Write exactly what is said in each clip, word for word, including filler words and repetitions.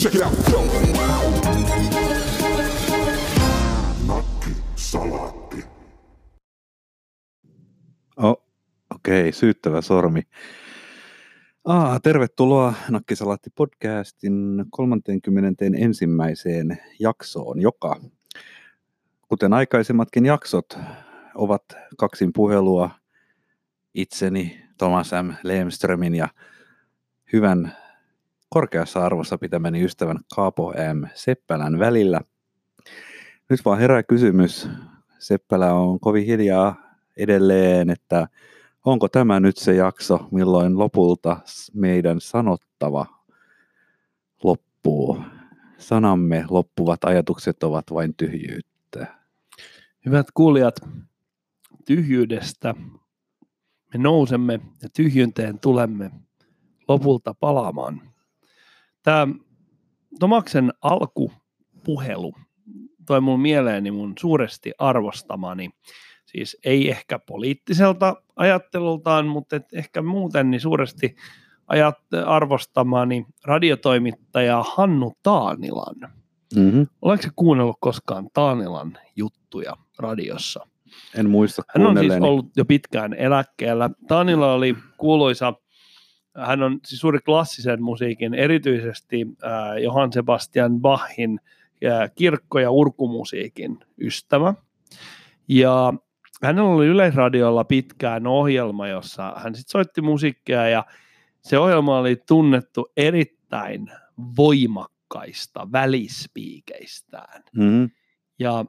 Check it out. Nakki Salaatti. Oh, okei, okay, syyttävä sormi. Ah, tervetuloa Nakkisalaatti-podcastin kolmannenkymmenennenensimmäiseen jaksoon, joka, kuten aikaisemmatkin jaksot, ovat kaksin puhelua itseni, Thomas M. Lemströmin ja hyvän korkeassa arvossa pitämäni ystävän Kaapo M. Seppälän välillä. Nyt vaan herää kysymys, Seppälä on kovin hiljaa edelleen, että onko tämä nyt se jakso, milloin lopulta meidän sanottava loppuu? Sanamme loppuvat ajatukset ovat vain tyhjyyttä. Hyvät kuulijat, tyhjyydestä me nousemme ja tyhjynteen tulemme lopulta palaamaan. Tämä Tomaksen alkupuhelu toi mun mieleeni mun suuresti arvostamani, siis ei ehkä poliittiselta ajattelultaan, mutta ehkä muuten niin suuresti ajat- arvostamani radiotoimittaja Hannu Taanilan. Mm-hmm. Oletko kuunnellut koskaan Taanilan juttuja radiossa? En muista Hän on kuunnelleeni. siis ollut jo pitkään eläkkeellä. Taanila oli kuuluisa, hän on siis suuri klassisen musiikin, erityisesti äh, Johann Sebastian Bachin äh, kirkko- ja urkumusiikin ystävä. Ja hänellä oli Yleisradiolla pitkään ohjelma, jossa hän sitten soitti musiikkia, ja se ohjelma oli tunnettu erittäin voimakkaista välispiikeistään. Mm-hmm. Ja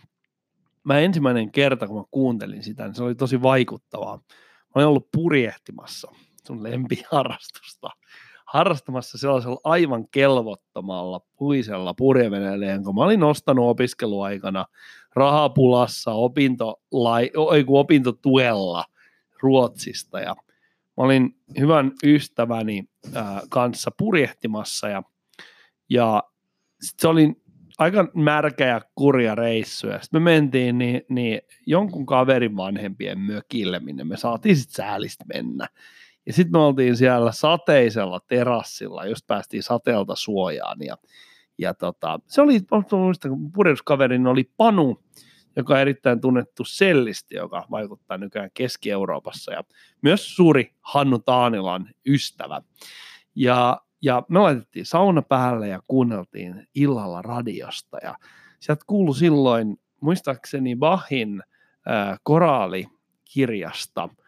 mä ensimmäinen kerta, kun mä kuuntelin sitä, niin se oli tosi vaikuttavaa. Mä olin ollut purjehtimassa sun lempiharrastusta. Harrastamassa sellaisella aivan kelvottomalla puisella purjeveneellä, jonka mä olin ostanut opiskeluaikana rahapulassa opintolai, opintotuella Ruotsista. Ja mä olin hyvän ystäväni ää, kanssa purjehtimassa ja, ja sit se oli aika märkä ja kurja reissu, ja sitten me mentiin niin, niin jonkun kaverin vanhempien mökille, minne me saatiin sitten säälistä mennä. Ja sitten me oltiin siellä sateisella terassilla, just päästiin sateelta suojaan, ja, ja tota, se oli, muistan, kun purjehduskaverin oli Panu, joka on erittäin tunnettu sellisti, joka vaikuttaa nykyään Keski-Euroopassa, ja myös suuri Hannu Taanilan ystävä. Ja Ja me laitettiin sauna päälle ja kuunneltiin illalla radiosta. Ja sieltä kuului silloin, muistaakseni Bachin äh, koraalikirjasta, äh,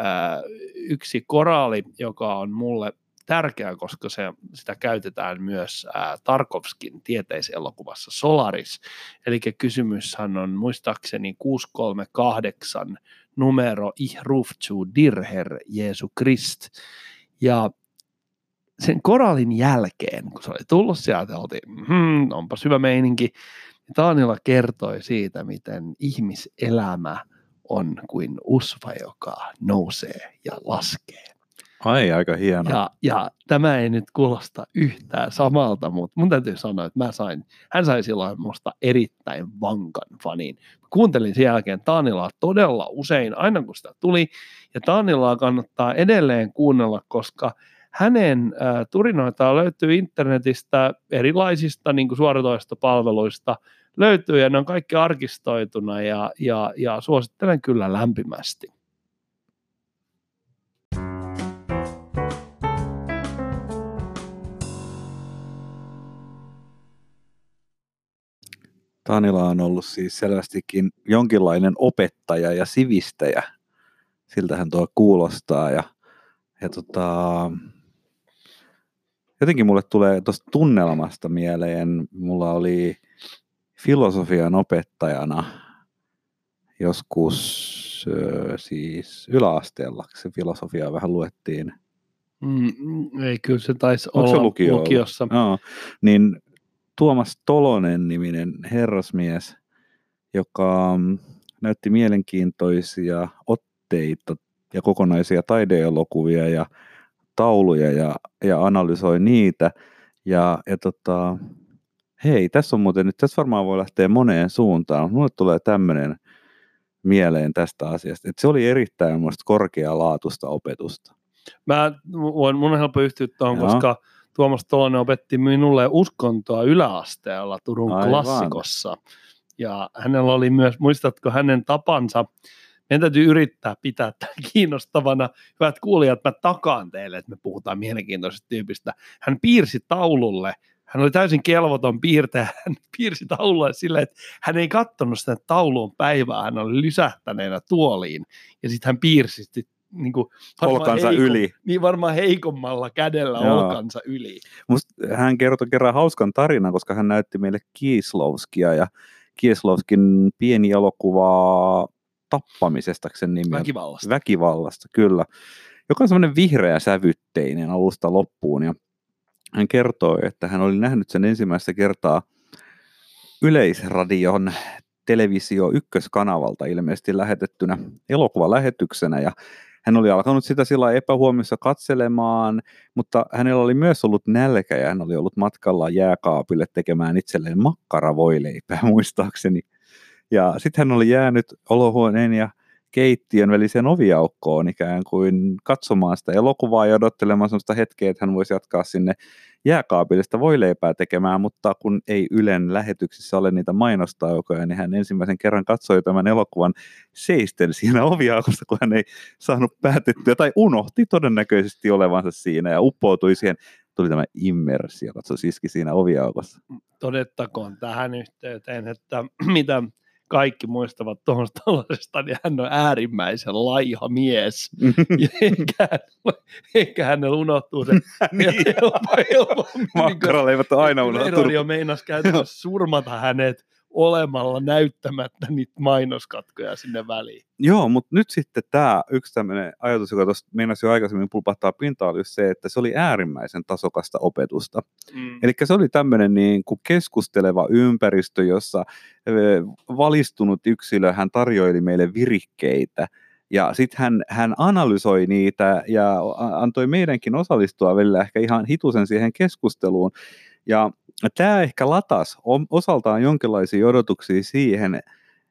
yksi koraali, joka on mulle tärkeä, koska se, sitä käytetään myös äh, Tarkovskin tieteiselokuvassa Solaris. Eli kysymyshän on muistaakseni kuusi kolme kahdeksan numero Ich ruf zu dir, Herr Jesu Christ. Ja sen koraalin jälkeen, kun se oli tullut sieltä, oltiin, hmm, onpas hyvä meininki. Taanila kertoi siitä, miten ihmiselämä on kuin usva, joka nousee ja laskee. Ai, aika hieno. Ja, ja tämä ei nyt kuulosta yhtään samalta, mutta mun täytyy sanoa, että mä sain, hän sai silloin musta erittäin vankan fanin. Kuuntelin sen jälkeen Taanilaa todella usein, aina kun sitä tuli, ja Taanilaa kannattaa edelleen kuunnella, koska hänen äh, turinoitaan löytyy internetistä erilaisista niin kuin suoratoistopalveluista, löytyy ja ne on kaikki arkistoituna ja, ja, ja suosittelen kyllä lämpimästi. Taanila on ollut siis selvästikin jonkinlainen opettaja ja sivistäjä. Siltähän tuo kuulostaa ja, ja tota... Jotenkin mulle tulee tuosta tunnelmasta mieleen, mulla oli filosofian opettajana joskus siis yläasteella, se filosofiaa vähän luettiin. Mm, ei, kyllä se taisi Onko olla se lukio lukiossa. No, niin Tuomas Tolonen niminen herrasmies, joka näytti mielenkiintoisia otteita ja kokonaisia taideelokuvia ja tauluja ja, ja analysoi niitä. Ja, ja tota, hei, tässä on muuten nyt, tässä varmaan voi lähteä moneen suuntaan. Mulle tulee tämmöinen mieleen tästä asiasta, että se oli erittäin musta korkealaatuista opetusta. Mä voin, mun on helppo yhtyä tuohon, koska Tuomas Tolonen opetti minulle uskontoa yläasteella Turun Aivan. Klassikossa. Ja hänellä oli myös, muistatko hänen tapansa, meidän täytyy yrittää pitää tämä kiinnostavana. Hyvät kuulijat, mä takaan teille, että me puhutaan mielenkiintoisesta tyypistä. Hän piirsi taululle, hän oli täysin kelvoton piirtäjä, hän piirsi taululle silleen, että hän ei katsonut sitä tauluun päivää, hän oli lysähtäneenä tuoliin. Ja sitten hän piirsi niin kuin olkansa heikon, yli. Niin varmaan heikommalla kädellä Joo. olkansa yli. Musta hän kertoi kerran hauskan tarinan, koska hän näytti meille Kieslowskia ja Kieslowskin pieni elokuva tappamisesta, sen nimi on. Väkivallasta. Väkivallasta, kyllä. Joka on semmoinen vihreä sävytteinen alusta loppuun. Ja hän kertoi, että hän oli nähnyt sen ensimmäistä kertaa Yleisradion televisio ykköskanavalta ilmeisesti lähetettynä elokuvalähetyksenä. Ja hän oli alkanut sitä sillä epähuomiossa katselemaan, mutta hänellä oli myös ollut nälkä ja hän oli ollut matkalla jääkaapille tekemään itselleen makkaravoileipää muistaakseni. Ja sitten hän oli jäänyt olohuoneen ja keittiön väliseen oviaukkoon ikään kuin katsomaan sitä elokuvaa ja odottelemaan sellaista hetkeä, että hän voisi jatkaa sinne jääkaapille sitä voileipää tekemään, mutta kun ei Ylen lähetyksissä ole niitä mainostaukoja, niin hän ensimmäisen kerran katsoi tämän elokuvan seisten siinä oviaukossa, kun hän ei saanut päätettyä tai unohti todennäköisesti olevansa siinä ja uppoutui siihen. Tuli tämä immersio, katso iski siinä oviaukossa. Todettakoon tähän yhteyteen, että mitä kaikki muistavat tuosta tällaisesta, niin hän on äärimmäisen laiha mies. eikä, eikä hänellä unohtuu se. Makkaraleivat on aina unohtunut. Radio meinasi käytännössä surmata hänet olemalla näyttämättä niitä mainoskatkoja sinne väliin. Joo, mutta nyt sitten tämä yksi tämmöinen ajatus, joka tuossa meinasi jo aikaisemmin pulpahtaa pintaan, oli se, että se oli äärimmäisen tasokasta opetusta. Mm. Eli se oli tämmöinen niin kuin keskusteleva ympäristö, jossa valistunut yksilö, hän tarjoili meille virikkeitä, ja sitten hän, hän analysoi niitä ja antoi meidänkin osallistua välillä ehkä ihan hitusen siihen keskusteluun. Ja tämä ehkä latasi osaltaan jonkinlaisia odotuksia siihen,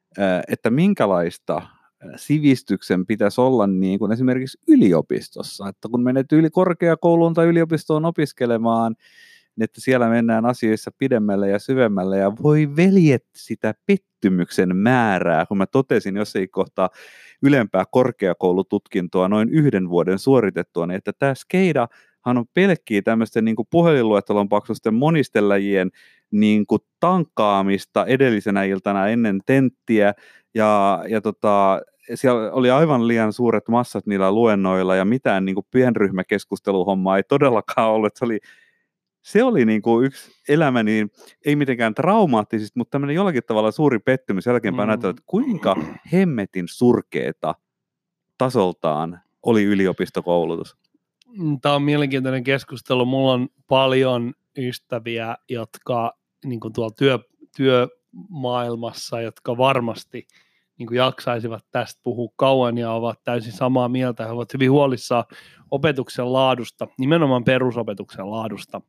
että minkälaista sivistyksen pitäisi olla niin kuin esimerkiksi yliopistossa. Että kun menet yli korkeakouluun tai yliopistoon opiskelemaan, niin että siellä mennään asioissa pidemmälle ja syvemmälle ja voi veljet sitä pettymyksen määrää, kun mä totesin jossain kohtaa ylempää korkeakoulututkintoa noin yhden vuoden suoritettua, niin että tämä skeida hän on pelkkiä tämmöisten niin kuin puhelinluettelon paksusten monistellajien niin kuin tankkaamista edellisenä iltana ennen tenttiä, ja, ja tota, siellä oli aivan liian suuret massat niillä luennoilla, ja mitään niin kuin pienryhmäkeskusteluhommaa ei todellakaan ollut. Se oli, se oli niin kuin yksi elämäni, ei mitenkään traumaattisesti, mutta tämmöinen jollakin tavalla suuri pettymys jälkeenpäin mm. ajatella, että kuinka hemmetin surkeeta tasoltaan oli yliopistokoulutus. Tämä on mielenkiintoinen keskustelu. Mulla on paljon ystäviä, jotka niin kuin tuolla työ, työmaailmassa, jotka varmasti niin kuin jaksaisivat tästä puhua kauan ja ovat täysin samaa mieltä. He ovat hyvin huolissaan opetuksen laadusta, nimenomaan perusopetuksen laadusta.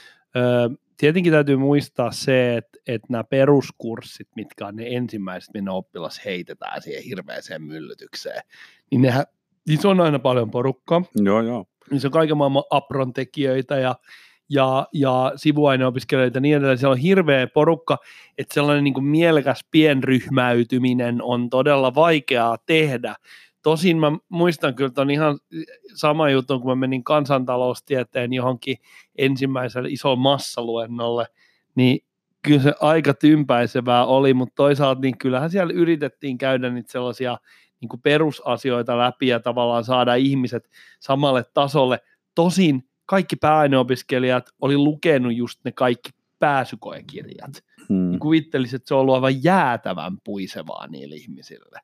Öö, tietenkin täytyy muistaa se, että, että nämä peruskurssit, mitkä on ne ensimmäiset, minne oppilas heitetään siihen hirveäseen myllytykseen, niin nehän, niissä on aina paljon porukkaa. Joo, joo. Niissä on kaiken maailman apron tekijöitä ja, ja, ja sivuaineopiskelijoita ja niin edelleen. Siellä on hirveä porukka, että sellainen niin kuin mielekäs pienryhmäytyminen on todella vaikeaa tehdä. Tosin mä muistan kyllä, että on ihan sama juttu, kun mä menin kansantaloustieteen johonkin ensimmäiselle isoon massaluennolle, niin kyllä se aika tympäisevää oli, mutta toisaalta niin kyllähän siellä yritettiin käydä niitä sellaisia niin kuin perusasioita läpi ja tavallaan saada ihmiset samalle tasolle. Tosin kaikki pääaineopiskelijat oli lukenut just ne kaikki pääsykoekirjat. Hmm. Niin kuvittelisin, että se on ollut aivan jäätävän puisevaa niille ihmisille.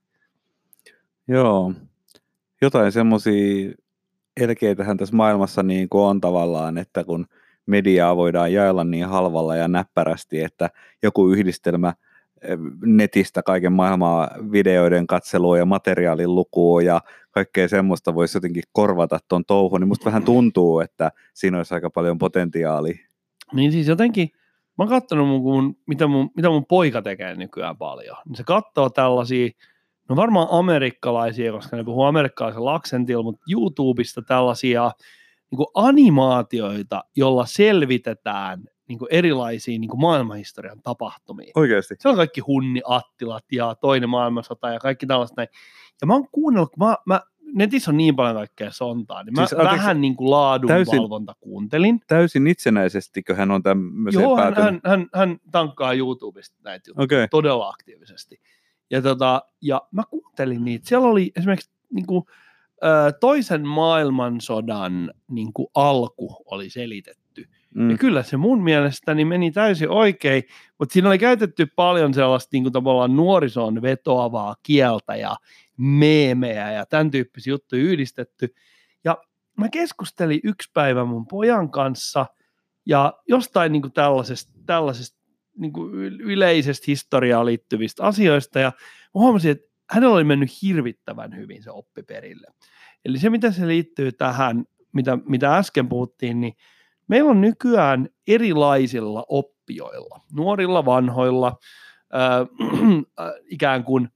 Joo, jotain semmoisia elkeitähän tässä maailmassa niin kuin on tavallaan, että kun mediaa voidaan jaella niin halvalla ja näppärästi, että joku yhdistelmä netistä kaiken maailman videoiden katselua ja materiaalin lukua ja kaikkea semmoista voisi jotenkin korvata tuon touhun, niin musta vähän tuntuu, että siinä olisi aika paljon potentiaalia. Niin siis jotenkin, mä oon katsonut, mun, mitä, mun, mitä mun poika tekee nykyään paljon. Se katsoo tällaisia, no varmaan amerikkalaisia, koska ne puhuu amerikkalaisella aksentilla, mutta YouTubesta tällaisia niin kuin animaatioita, jolla selvitetään niin kuin erilaisia niin kuin maailmanhistorian tapahtumia. Oikeasti? Se on kaikki Hunni Attilat ja toinen maailmansota ja kaikki tällaista näin. Ja mä oon kuunnellut, kun mä, mä, netissä on niin paljon kaikkea sontaa, niin mä siis, vähän niin kuin laadunvalvonta täysin, kuuntelin. Täysin itsenäisestikö hän on tämmöiseen Joo, hän, päätynyt? hän, hän, hän tankkaa YouTubesta näitä juttuja okay. todella aktiivisesti. Ja, tota, ja mä kuuntelin niitä. Siellä oli esimerkiksi niin kuin, toisen maailmansodan niin kuin alku oli selitetty. Mm. Ja kyllä se mun mielestäni meni täysin oikein, mutta siinä oli käytetty paljon sellaista niin kuin tavallaan nuorisoon vetoavaa kieltä ja meemejä ja tämän tyyppisiä juttuja yhdistetty. Ja mä keskustelin yksi päivä mun pojan kanssa ja jostain niin kuin tällaisesta, tällaisesta niin kuin yleisestä historiaan liittyvistä asioista ja mä huomasin, että hänellä oli mennyt hirvittävän hyvin se oppi perille. Eli se, mitä se liittyy tähän, mitä, mitä äsken puhuttiin, niin meillä on nykyään erilaisilla oppijoilla, nuorilla, vanhoilla, äh, ikään kuin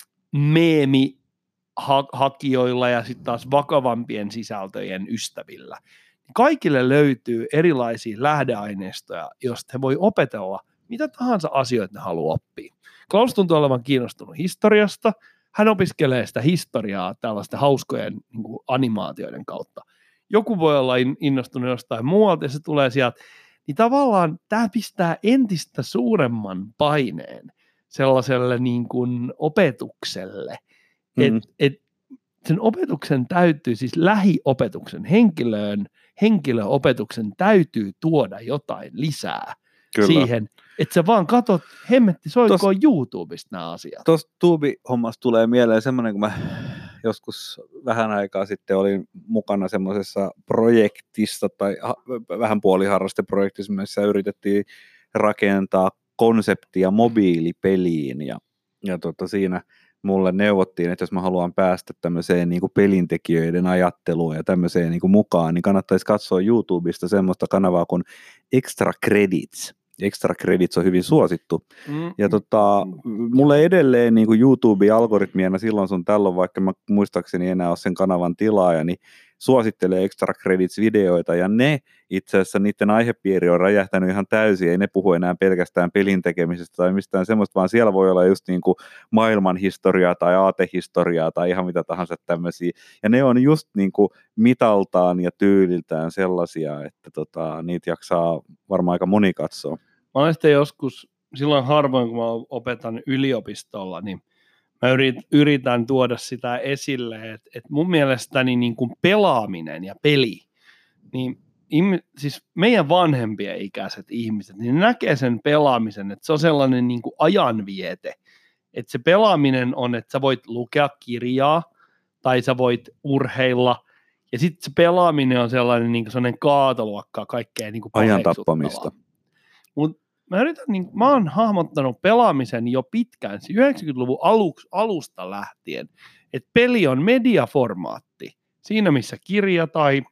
meemihakijoilla ja sitten taas vakavampien sisältöjen ystävillä. Kaikille löytyy erilaisia lähdeaineistoja, joista he voi opetella mitä tahansa asioita ne haluaa oppia. Klaus tuntuu olevan kiinnostunut historiasta. Hän opiskelee sitä historiaa tällaisten hauskojen niin kuin animaatioiden kautta. Joku voi olla innostunut jostain muualta ja se tulee sieltä. Niin tavallaan tämä pistää entistä suuremman paineen sellaiselle niin kuin opetukselle. Mm-hmm. Että et sen opetuksen täytyy, siis lähiopetuksen, henkilöön, henkilöopetuksen täytyy tuoda jotain lisää. Kyllä. Siihen, että sä vaan katot, hemmetti soikoon YouTubesta nämä asiat. Tuosta tuubi-hommasta tulee mieleen semmoinen, kun mä joskus vähän aikaa sitten olin mukana semmoisessa projektissa tai vähän puoliharrasteprojektissa, missä yritettiin rakentaa konseptia mobiilipeliin ja, ja tota siinä mulle neuvottiin, että jos mä haluan päästä tämmöiseen niin kuin pelintekijöiden ajatteluun ja tämmöiseen niin kuin mukaan, niin kannattaisi katsoa YouTubesta semmoista kanavaa kuin Extra Credits. Extra Credits on hyvin suosittu. Mm. Ja tota, mulle edelleen niin kuin YouTube-algoritmiena silloin sun tällöin, vaikka mä muistaakseni enää ole sen kanavan tilaaja, niin suosittelee Extra Credits-videoita, ja ne itse asiassa niiden aihepiiri on räjähtänyt ihan täysin, ei ne puhu enää pelkästään pelin tekemisestä tai mistään semmoista, vaan siellä voi olla just niin kuin maailmanhistoriaa tai aatehistoriaa tai ihan mitä tahansa tämmöisiä, ja ne on just niin kuin mitaltaan ja tyyliltään sellaisia, että tota, niitä jaksaa varmaan aika moni katsoa. Mä olen sitten joskus, silloin harvoin kun mä opetan yliopistolla, niin mä yritän tuoda sitä esille, että, että mun mielestäni niin kuin pelaaminen ja peli, niin siis meidän vanhempien ikäiset ihmiset, niin ne näkee sen pelaamisen, että se on sellainen niin kuin ajanviete, että se pelaaminen on, että sä voit lukea kirjaa tai sä voit urheilla, ja sitten se pelaaminen on sellainen, niin kuin sellainen kaatoluokkaa kaikkea niin kuin ajan tappamista. Mutta Mä, yritän, niin, mä oon hahmottanut pelaamisen jo pitkään, siis yhdeksänkymmentäluvun aluksi, alusta lähtien, että peli on mediaformaatti. Siinä missä kirja tai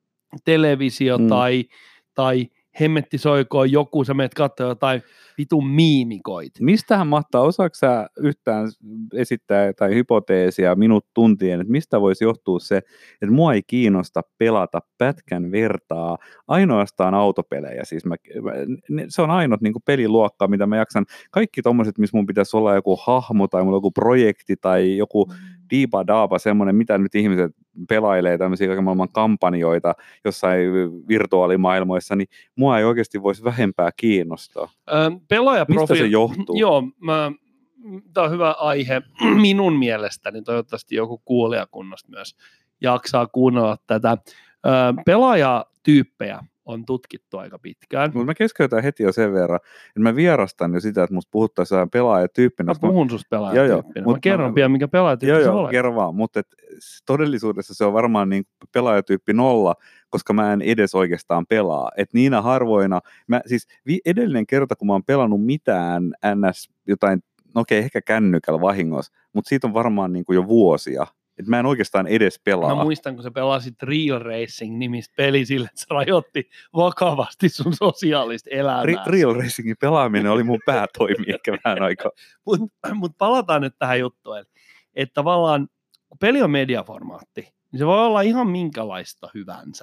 televisio mm. tai, tai hemmetti soikoon joku, sä menet katsoa jotain vitun miimikoita. Mistähän mahtaa, osaako sä yhtään esittää tai hypoteesia minut tuntien, että mistä voisi johtua se, että mua ei kiinnosta pelata pätkän vertaa ainoastaan autopelejä. Siis mä, se on ainut niin kuin peliluokka, mitä mä jaksan. Kaikki tommoset, missä mun pitäisi olla joku hahmo tai mulla joku projekti tai joku diipa-daapa, semmoinen, mitä nyt ihmiset pelailee, tämmöisiä kaiken maailman kampanjoita jossain virtuaalimaailmoissa, niin mua ei oikeasti voisi vähempää kiinnostaa. Öö, pelaajaprofiili... Mistä se johtuu? Joo, mä, tämä on hyvä aihe minun mielestäni, toivottavasti joku kuulijakunnasta myös jaksaa kuunnella tätä. Öö, pelaajatyyppejä on tutkittu aika pitkään. Mutta mä keskeytän heti jo sen verran, että mä vierastan jo sitä, että musta puhuttaisiin pelaajatyyppinä. Mä puhun susta pelaajatyyppinä. Mä kerron mä... pian, mikä pelaajatyyppi joo, se olet. Kerro vaan, mutta todellisuudessa se on varmaan niin pelaajatyyppi nolla, koska mä en edes oikeastaan pelaa. Että niinä harvoina, mä, siis edellinen kerta, kun mä oon pelannut mitään ns. Jotain, no okei, ehkä kännykällä vahingossa, mutta siitä on varmaan niin kuin jo vuosia. Että mä en oikeastaan edes pelaa. Mä muistan, kun sä pelasit Real Racing-nimistä peli sillä, että se rajoitti vakavasti sun sosiaalista elämää. Real Racingin pelaaminen oli mun päätoimi ehkä vähän aikaa. Mutta mut palataan nyt tähän juttuun. Että tavallaan, kun peli on mediaformaatti, niin se voi olla ihan minkälaista hyvänsä.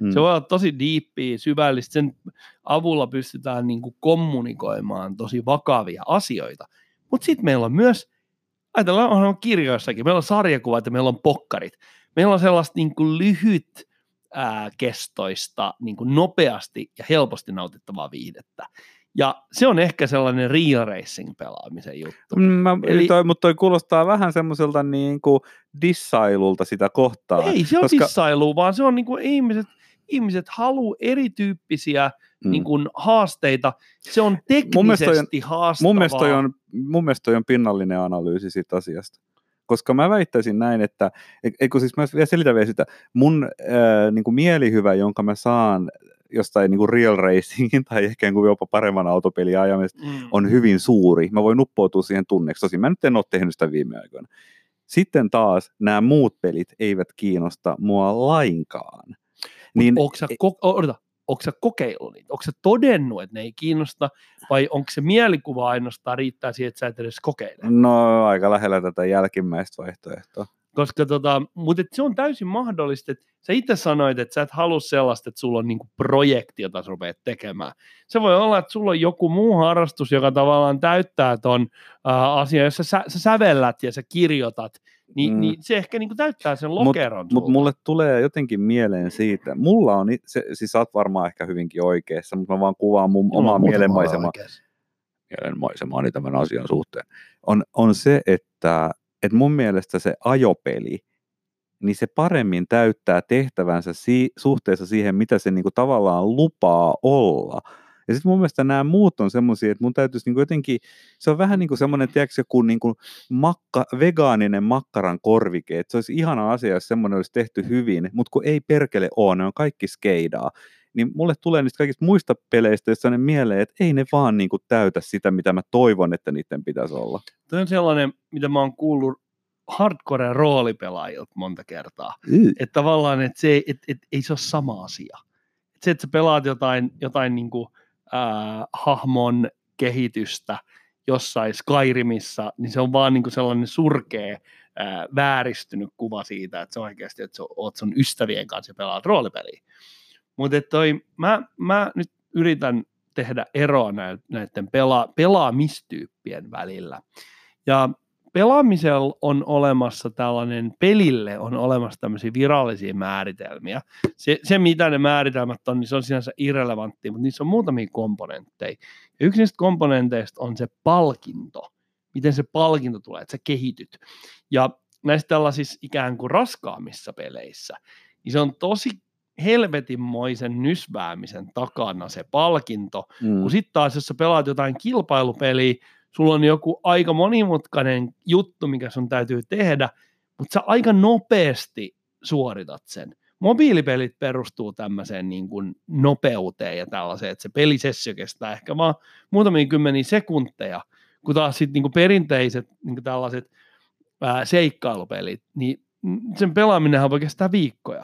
Mm. Se voi olla tosi diippiä, syvällistä. Sen avulla pystytään niin kuin kommunikoimaan tosi vakavia asioita. Mutta sitten meillä on myös, ajatellaan on kirjoissakin, meillä on sarjakuvat ja meillä on pokkarit. Meillä on sellaista niin kuin lyhyt ää, kestoista, niin kuin nopeasti ja helposti nautittavaa viihdettä. Ja se on ehkä sellainen real racing pelaamisen juttu. Mä, Eli, toi, mutta toi kuulostaa vähän semmoiselta niin kuin dissailulta sitä kohtaa. Ei se koska... ole dissailu, vaan se on niin kuin ihmiset, ihmiset haluaa erityyppisiä mm. niin kuin haasteita. Se on teknisesti on, haastavaa. Mun mielestä toi on, mun mielestä toi on pinnallinen analyysi siitä asiasta. Koska mä väittäisin näin, että, eikö siis mä vielä selitän vielä sitä, mun ää, niin kuin mielihyvä, jonka mä saan jostain niin kuin real racingin tai ehkä jopa paremman autopelin ajamista, mm. on hyvin suuri. Mä voin uppoutua siihen tunneksi. Tosin mä nyt en ole tehnyt sitä viime aikoina. Sitten taas nämä muut pelit eivät kiinnosta mua lainkaan. Niin, onko sä, ko- odota, onko sä kokeillut niitä? Onko sä todennut, että ne ei kiinnosta, vai onko se mielikuva ainoastaan riittää siihen, että sä et edes kokeile? No aika lähellä tätä jälkimmäistä vaihtoehtoa. Koska tota, mutta se on täysin mahdollista, että sä itse sanoit, että sä et halua sellaista, että sulla on niinku projekti, jota sä rupeat tekemään. Se voi olla, että sulla on joku muu harrastus, joka tavallaan täyttää ton äh, asian, jos sä, sä sävellät ja sä kirjoitat, niin, mm. niin se ehkä niinku täyttää sen lokeron. Mutta mut mulle tulee jotenkin mieleen siitä, mulla on, se, siis sä oot varmaan ehkä hyvinkin oikeassa, mutta mä vaan kuvaan mun omaa mielenmaisemaa. Mielenmaisemaani tämän asian suhteen. On, on se, että että mun mielestä se ajopeli, niin se paremmin täyttää tehtävänsä si- suhteessa siihen, mitä se niinku tavallaan lupaa olla. Ja sitten mun mielestä nämä muut on semmoisia, että mun täytyisi niinku jotenkin, se on vähän niin kuin semmoinen, tiedätkö, joku niinku makka, vegaaninen makkaran korvike, että se olisi ihana asia, jos semmoinen olisi tehty hyvin, mutta kun ei perkele ole, ne on kaikki skeidaa. Niin mulle tulee niistä kaikista muista peleistä sellainen mieleen, että ei ne vaan niinku täytä sitä, mitä mä toivon, että niiden pitäisi olla. Tämä on sellainen, mitä mä oon kuullut hardcore roolipelaajilta monta kertaa. Mm. Että tavallaan, että se et, et, ei se ole sama asia. Et se, että sä pelaat jotain, jotain niinku, äh, hahmon kehitystä jossain Skyrimissa, niin se on vaan niinku sellainen surkea, äh, vääristynyt kuva siitä, että se oikeasti, että sä oot sun ystävien kanssa ja pelaat roolipeliä. Mutta mä, mä nyt yritän tehdä eroa näiden pela, pelaamistyyppien välillä. Ja pelaamisella on olemassa tällainen, pelille on olemassa tämmöisiä virallisia määritelmiä. Se, se mitä ne määritelmät on, niin se on sinänsä irrelevanttia, mutta niissä on muutamia komponentteja. Ja yksi niistä komponenteista on se palkinto. Miten se palkinto tulee, että sä kehityt. Ja näissä tällaisissa ikään kuin raskaamissa peleissä, niin se on tosi helvetinmoisen nysväämisen takana se palkinto, mm. kun sitten taas, jos sä pelaat jotain kilpailupeliä, sulla on joku aika monimutkainen juttu, mikä sun täytyy tehdä, mutta sä aika nopeasti suoritat sen. Mobiilipelit perustuu tämmöiseen niin kuin nopeuteen ja tällaiseen, että se pelisessio kestää ehkä vaan muutamia kymmeniä sekunteja, kun taas sitten niin kuin perinteiset niin kuin tällaiset ää, seikkailupelit, niin sen pelaaminenhan voi kestää viikkoja.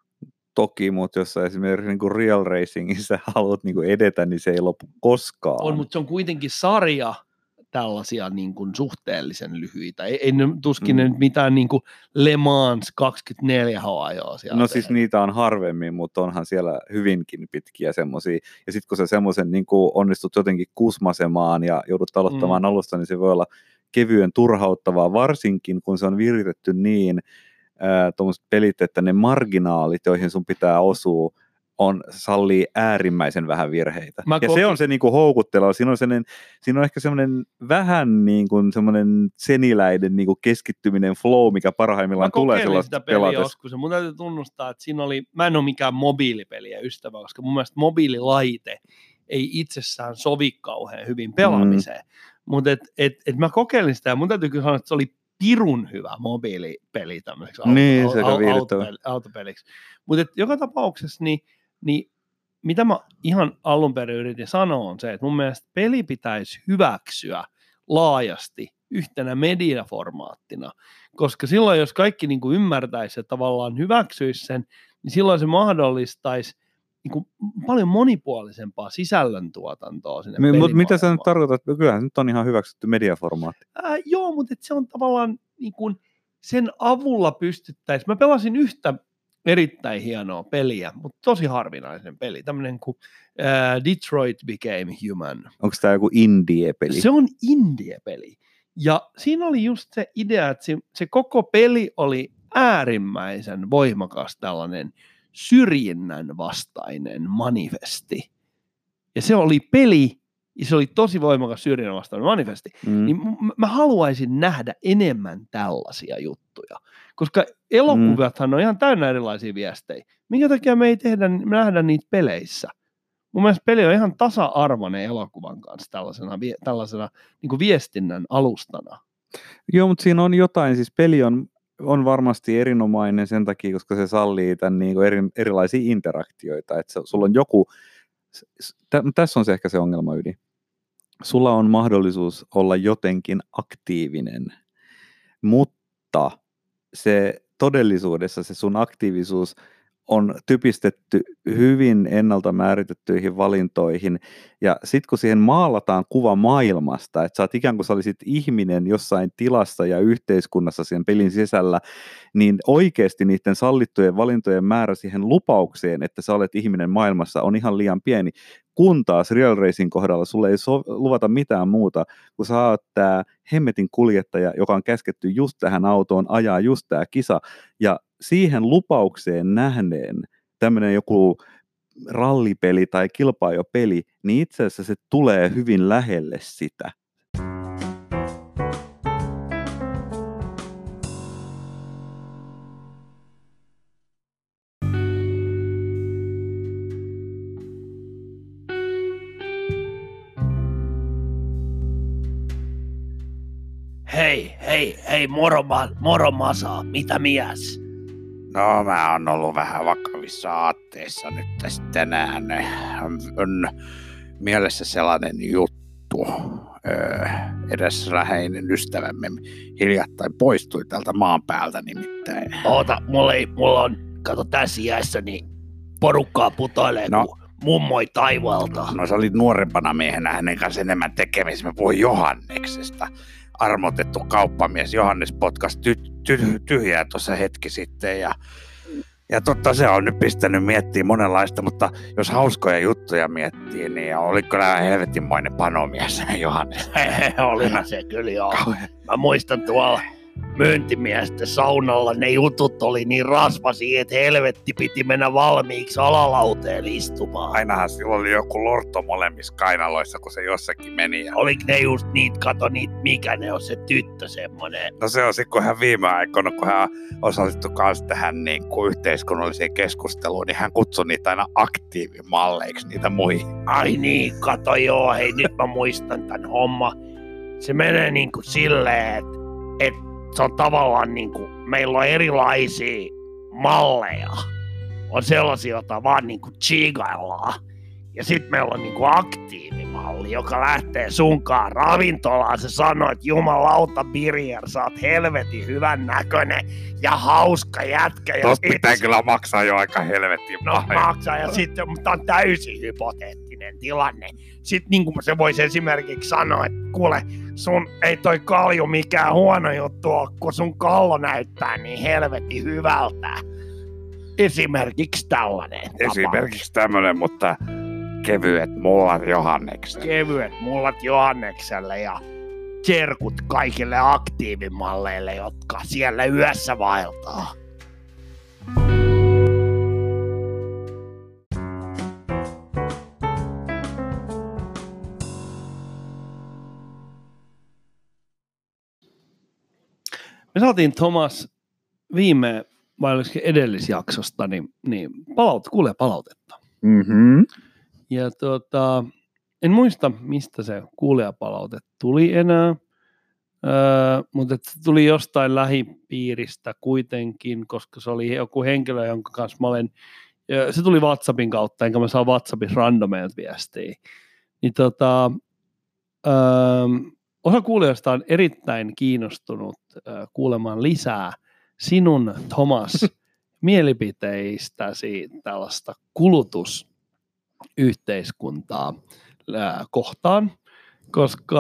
Toki, mutta jos sä esimerkiksi niin kuin real racingissa haluat niin kuin edetä, niin se ei lopu koskaan. On, mutta se on kuitenkin sarja tällaisia niin kuin suhteellisen lyhyitä. Ei, ei ne tuskin mm. ne mitään niin kuin Le Mans kaksikymmentäneljä H-ajoa siellä. No siis niitä on harvemmin, mutta onhan siellä hyvinkin pitkiä semmoisia. Ja sitten kun sä semmoisen niin kuin onnistut jotenkin kusmasemaan ja joudut aloittamaan mm. alusta, niin se voi olla kevyen turhauttavaa, varsinkin kun se on viritetty niin, tuommoiset pelit, että ne marginaalit, joihin sun pitää osua, on, sallii äärimmäisen vähän virheitä. Mä ja koki... se on se niinku houkutteleva. Siinä on, siinä on ehkä semmoinen vähän niinku semmoinen seniläiden niinku keskittyminen flow, mikä parhaimmillaan tulee sellaista pelatessa. Mun täytyy tunnustaa, että siinä oli, mä en ole mikään mobiilipeliä ystävä, koska mun mielestä mobiililaite ei itsessään sovi kauhean hyvin pelaamiseen. Mm. Mutta et, et, et mä kokeilin sitä ja mun täytyy kyllä sanoa, että se oli pirun hyvä mobiilipeli tämmöiseksi niin, auto, auto, autopeli, autopeliksi. Mutta joka tapauksessa, niin, niin mitä mä ihan alun perin yritin sanoa on se, että mun mielestä peli pitäisi hyväksyä laajasti yhtenä mediaformaattina, koska silloin jos kaikki niin kuin ymmärtäisi ja tavallaan hyväksyisi sen, niin silloin se mahdollistaisi niin kuin paljon monipuolisempaa sisällöntuotantoa sinne M- Mutta mitä sä nyt tarkoitat? Kyllähän nyt on ihan hyväksytty mediaformaatti. Ää, joo, mutta se on tavallaan niin kuin sen avulla pystyttäisiin. Mä pelasin yhtä erittäin hienoa peliä, mutta tosi harvinainen peli. Tämmöinen kuin uh, Detroit Became Human. Onko tämä joku indie-peli? Se on indie-peli. Ja siinä oli just se idea, että se, se koko peli oli äärimmäisen voimakas tällainen syrjinnän vastainen manifesti. Ja se oli peli, ja se oli tosi voimakas syrjinnän vastainen manifesti. Mm. Niin m- mä haluaisin nähdä enemmän tällaisia juttuja. Koska elokuvathan mm. on ihan täynnä erilaisia viestejä. Minkä takia me ei tehdä, me nähdä niitä peleissä? Mun mielestä peli on ihan tasa-arvoinen elokuvan kanssa tällaisena, tällaisena niin kuin viestinnän alustana. Joo, mutta siinä on jotain, siis peli on, on varmasti erinomainen sen takia, koska se sallii tämän niin kuin eri, erilaisia interaktioita, että se, sulla on joku, tä, tässä on se ehkä se ongelma ydin, sulla on mahdollisuus olla jotenkin aktiivinen, mutta se todellisuudessa se sun aktiivisuus on typistetty hyvin ennalta määritettyihin valintoihin, ja sitten kun siihen maalataan kuva maailmasta, että sä oot ikään kuin sä olisit ihminen jossain tilassa ja yhteiskunnassa sen pelin sisällä, niin oikeasti niiden sallittujen valintojen määrä siihen lupaukseen, että sä olet ihminen maailmassa, on ihan liian pieni, kun taas Real Racing kohdalla sulle ei so- luvata mitään muuta, kun sä oot tää hemmetin kuljettaja, joka on käsketty just tähän autoon, ajaa just tää kisa, ja siihen lupaukseen nähneen tämmöinen joku rallipeli tai kilpailupeli, niin itse asiassa se tulee hyvin lähelle sitä. Hei, hei, hei, moro, moro Masa, mitä mies? No mä oon ollut vähän vakavissa aatteissa nyt tästä tänään. On, on mielessä sellainen juttu. Öö, edes läheinen ystävämme hiljattain poistui tältä maan päältä nimittäin. Oota, mulla, ei, mulla on, kato tässä iässä, niin porukkaa putoilee no, kuin mummoi taivaalta. No sä olit nuorempana miehenä hänen kanssa enemmän tekemistä. Mä puhuin Johanneksesta. Armotettu kauppamies Johannes potkas ty- ty- tyhjää tuossa hetki sitten ja, ja totta se on nyt pistänyt miettiä monenlaista, mutta jos hauskoja juttuja miettii, niin oli kyllä helvetinmoinen panomies Johannes. Olihan se kyllä joo. Mä muistan tuolla myyntimiesten saunalla ne jutut oli niin rasvasia, että helvetti piti mennä valmiiksi alalauteen istumaan. Ainahan silloin oli joku lorto molemmissa kainaloissa, kun se jossakin meni. Ja... Oliko ne just niitä, kato niitä, mikä ne on se tyttö semmoinen? No se on sitten, kun hän viime aikoina, kun hän osallistui kanssa tähän niin kuin yhteiskunnalliseen keskusteluun, niin hän kutsui niitä aina aktiivimalleiksi, niitä muihin. Ai niin, kato joo, hei nyt mä muistan tämän homma. Se menee niin kuin silleen, että et se on tavallaan niin kuin, meillä on erilaisia malleja. On sellaisia, joita vaan niin kuin chigaillaan. Ja sitten meillä on niin kuin aktiivimalli, joka lähtee sunkaan ravintolaan. Se sanoo, että jumalauta Birger, sä oot helvetin hyvän näköinen ja hauska jätkä. Tuosta pitää it... kyllä maksaa jo aika helvetin No maksaa, ja sitten tämä on täysin hypoteettinen tilanne. Sitten niin kuin se voisi esimerkiksi sanoa, että kuule, sun ei toi kalju mikään huono juttu ole, kun sun kallo näyttää niin helvetin hyvältä. Esimerkiksi tällainen Esimerkiksi tämmöinen, mutta kevyet mullat Johannekselle. Kevyet mullat Johannekselle ja tserkut kaikille aktiivimalleille, jotka siellä yössä vaeltaa. Me saatiin Thomas viime, vai olisiko edellisjaksosta, niin, niin palaut, kuulee palautetta. Mm-hmm. Ja tota, en muista, mistä se kuulijapalaute tuli enää, öö, mutta se tuli jostain lähipiiristä kuitenkin, koska se oli joku henkilö, jonka kanssa mä olen, se tuli WhatsAppin kautta, enkä mä saa WhatsAppissa randomeilta viestiä. Niin tota, öö, osa kuulijoista on erittäin kiinnostunut öö, kuulemaan lisää sinun, Thomas, mielipiteistäsi tällaista kulutusyhteiskuntaa ää, kohtaan, koska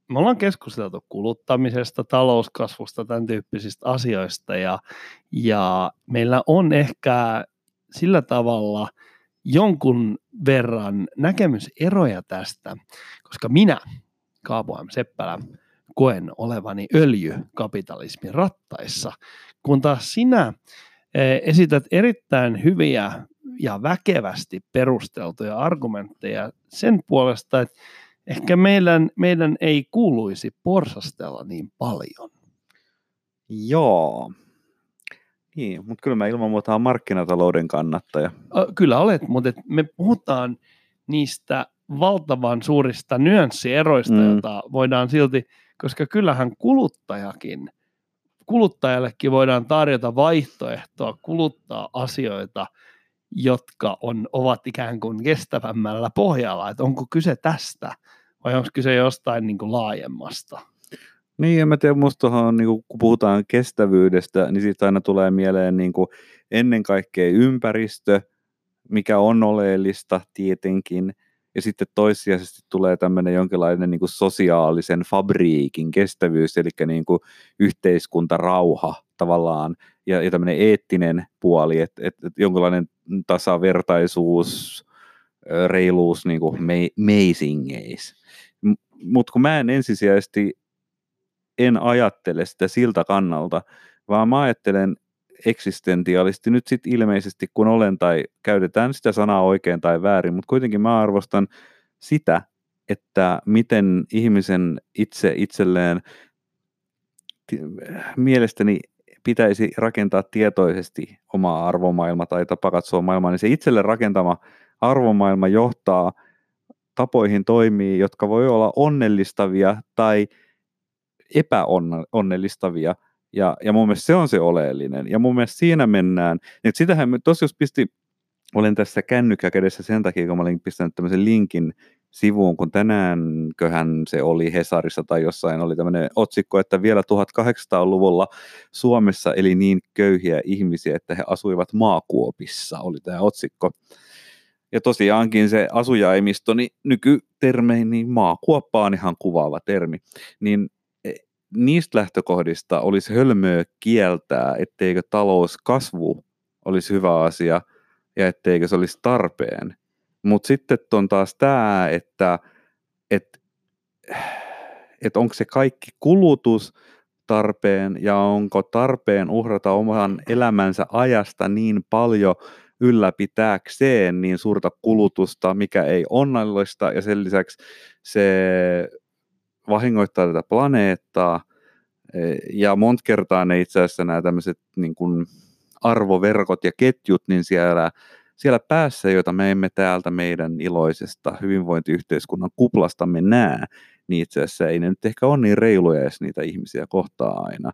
me ollaan keskusteltu kuluttamisesta, talouskasvusta, tämän tyyppisistä asioista ja, ja meillä on ehkä sillä tavalla jonkun verran näkemyseroja tästä, koska minä, Kaapo M. Seppälä, koen olevani öljykapitalismin rattaissa, kun taas sinä esität erittäin hyviä ja väkevästi perusteltuja argumentteja sen puolesta, että ehkä meidän, meidän ei kuuluisi porsastella niin paljon. Joo. Niin, mutta kyllä mä ilman muuta olen markkinatalouden kannattaja. Kyllä olet, mutta me puhutaan niistä valtavan suurista nyanssieroista, mm. joita voidaan silti, koska kyllähän kuluttajakin, kuluttajallekin voidaan tarjota vaihtoehtoa kuluttaa asioita, jotka on, ovat ikään kuin kestävämmällä pohjalla. Että onko kyse tästä vai onko kyse jostain niin kuin laajemmasta? Niin, en mä tiedä, musta tuohon, niin kun puhutaan kestävyydestä, niin siitä aina tulee mieleen niin kuin ennen kaikkea ympäristö, mikä on oleellista tietenkin, ja sitten toissijaisesti tulee tämmöinen jonkinlainen niin kuin sosiaalisen fabriikin kestävyys, eli niin kuin yhteiskuntarauha tavallaan, ja, ja tämmöinen eettinen puoli, että et, et jonkinlainen tasavertaisuus, reiluus niin kuin me, meisingeis. Mutta kun mä en ensisijaisesti en ajattele sitä siltä kannalta, vaan mä ajattelen eksistentiaalisesti nyt sitten ilmeisesti, kun olen tai käytetään sitä sanaa oikein tai väärin, mutta kuitenkin mä arvostan sitä, että miten ihmisen itse itselleen mielestäni pitäisi rakentaa tietoisesti omaa arvomaailma tai tapa katsoa maailmaa, niin se itselle rakentama arvomaailma johtaa tapoihin toimia, jotka voi olla onnellistavia tai epäonnellistavia, ja, ja mun mielestä se on se oleellinen, ja mun mielestä siinä mennään, että sitähän me tossa jos pisti, olen tässä kännykkä kädessä sen takia, kun mä olin pistänyt tämmöisen linkin sivuun, kun tänäänköhän se oli Hesarissa tai jossain oli tämmöinen otsikko, että vielä tuhatkahdeksansataaluvulla Suomessa eli niin köyhiä ihmisiä, että he asuivat maakuopissa, oli tämä otsikko. Ja tosiaankin se asujaimisto, niin nykytermein, niin maakuoppa on ihan kuvaava termi, niin niistä lähtökohdista olisi hölmöä kieltää, etteikö talouskasvu olisi hyvä asia ja etteikö se olisi tarpeen. Mutta sitten on taas tämä, että et, et onko se kaikki kulutus tarpeen ja onko tarpeen uhrata oman elämänsä ajasta niin paljon ylläpitääkseen niin suurta kulutusta, mikä ei onnellista, ja sen lisäksi se vahingoittaa tätä planeettaa, ja monta kertaa ne itse asiassa nämä tämmöiset niin kuin arvoverkot ja ketjut, niin siellä, siellä päässä, joita me emme täältä meidän iloisesta hyvinvointiyhteiskunnan kuplastamme näe, niin itse asiassa ei ne nyt ehkä ole niin reiluja edes niitä ihmisiä kohtaa aina.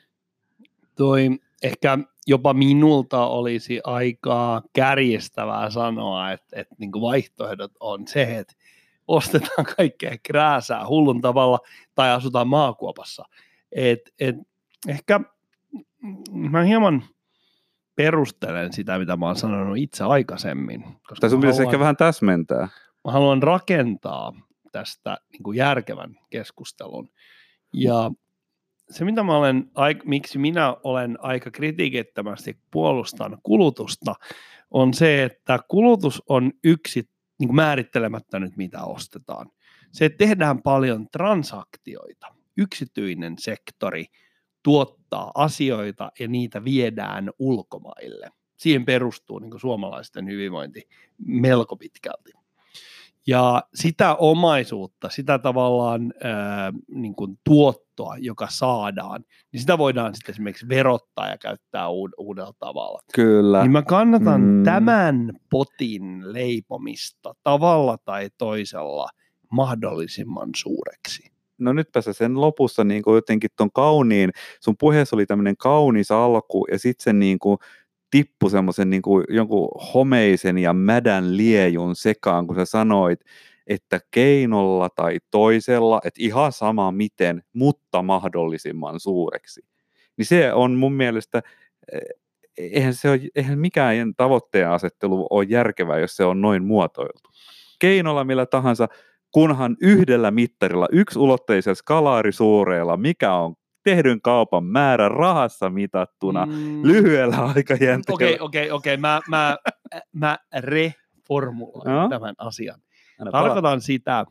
Toi ehkä jopa minulta olisi aika kärjestävää sanoa, että, että niin kuin vaihtoehdot on se, että ostetaan kaikkea krääsää hullun tavalla tai asutaan maakuopassa. Et, et, ehkä mä hieman perustelen sitä, mitä mä oon sanonut itse aikaisemmin. Tai sun pitäisi ehkä vähän täsmentää. Mä haluan rakentaa tästä niin kuin järkevän keskustelun. Ja se, mitä mä olen, miksi minä olen aika kritiikittömästi puolustan kulutusta, on se, että kulutus on yksi niin kuin määrittelemättä nyt, mitä ostetaan. Se, että tehdään paljon transaktioita. Yksityinen sektori tuottaa asioita ja niitä viedään ulkomaille. Siihen perustuu niin kuin suomalaisten hyvinvointi melko pitkälti. Ja sitä omaisuutta, sitä tavallaan ää, niin kuin tuottoa, joka saadaan, niin sitä voidaan sitten esimerkiksi verottaa ja käyttää uud- uudella tavalla. Kyllä. Niin mä kannatan mm. tämän potin leipomista tavalla tai toisella mahdollisimman suureksi. No nytpä sä sen lopussa niin kuin jotenkin ton kauniin, sun puheessa oli tämmöinen kaunis alku ja sitten se niin kuin tippui semmoisen niin kuin jonkun homeisen ja mädän liejun sekaan, kun sä sanoit, että keinolla tai toisella, että ihan sama miten, mutta mahdollisimman suureksi. Niin se on mun mielestä, eihän, se ole, eihän mikään tavoitteen asettelu ole järkevää, jos se on noin muotoiltu. Keinolla millä tahansa, kunhan yhdellä mittarilla, yksulotteisella skalaarisuureella, mikä on tehdyn kaupan määrä rahassa mitattuna mm. lyhyellä aikajänteellä. Okei, okay, okei, okay, okei. Okay. Mä, mä, mä reformuloin no? tämän asian. Aina Tarkoitan pala. sitä,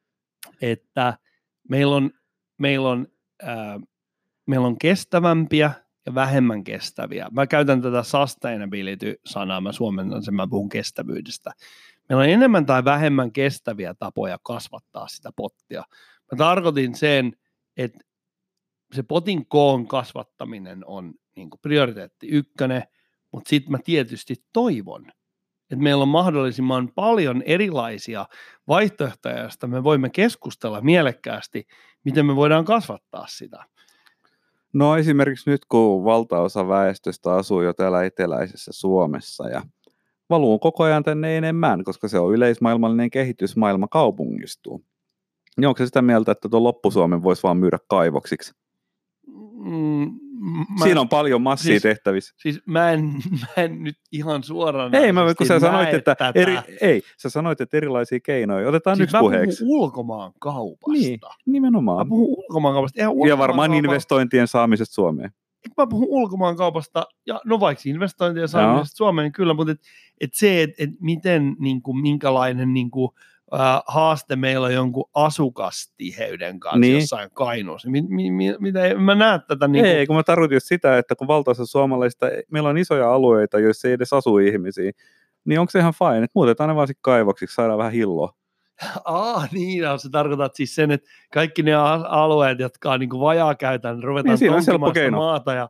että meillä on, meillä on, äh, meillä on kestävämpiä ja vähemmän kestäviä. Mä käytän tätä sustainability-sanaa, mä suomennan sen, mä puhun kestävyydestä. Meillä on enemmän tai vähemmän kestäviä tapoja kasvattaa sitä pottia. Mä tarkoitin sen, että se potin koon kasvattaminen on niin kuin prioriteetti ykkönen, mutta sitten mä tietysti toivon, että meillä on mahdollisimman paljon erilaisia vaihtoehtoja, joista me voimme keskustella mielekkäästi, miten me voidaan kasvattaa sitä. No esimerkiksi nyt, kun valtaosa väestöstä asuu jo täällä eteläisessä Suomessa ja valuu koko ajan tänne enemmän, koska se on yleismaailmallinen kehitys, maailma kaupungistuu. Niin onko se sitä mieltä, että tuon loppusuomen voisi vaan myydä kaivoksiksi? Mm, mä, Siinä on paljon massia siis, tehtävissä. Siis mä en, mä en nyt ihan suoraan. Ei, mä, kun sä sanoit, että eri, ei, sä sanoit, että erilaisia keinoja. Otetaan siis yksi puheeksi. Mä puhun ulkomaan kaupasta. Niin, nimenomaan. Mä puhun ulkomaan kaupasta. Ja varmaan kaupan... investointien saamisesta Suomeen. Mä puhun ulkomaan kaupasta, ja no vaikka investointien saamisesta no. Suomeen, kyllä, mutta et, et se, että et miten, niinku, minkälainen niinku, äh, haaste meillä on jonkun asukastiheyden kanssa niin. Jossain Kainuussa. Mi, mi, mi, mitä mä näen tätä? Niinku... Ei, kun mä tarkoitin just sitä, että kun valtaosa suomalaisista, meillä on isoja alueita, joissa ei edes asu ihmisiä, niin onko se ihan fine, että muutetaan ne vaan sitten kaivoksiksi, saadaan vähän hilloa. Ah, niin, no, se tarkoittaa siis sen, että kaikki ne alueet, jotka on niin kuin vajaakäytän, ruvetaan niin, tonkimaan sitä maata. Ja...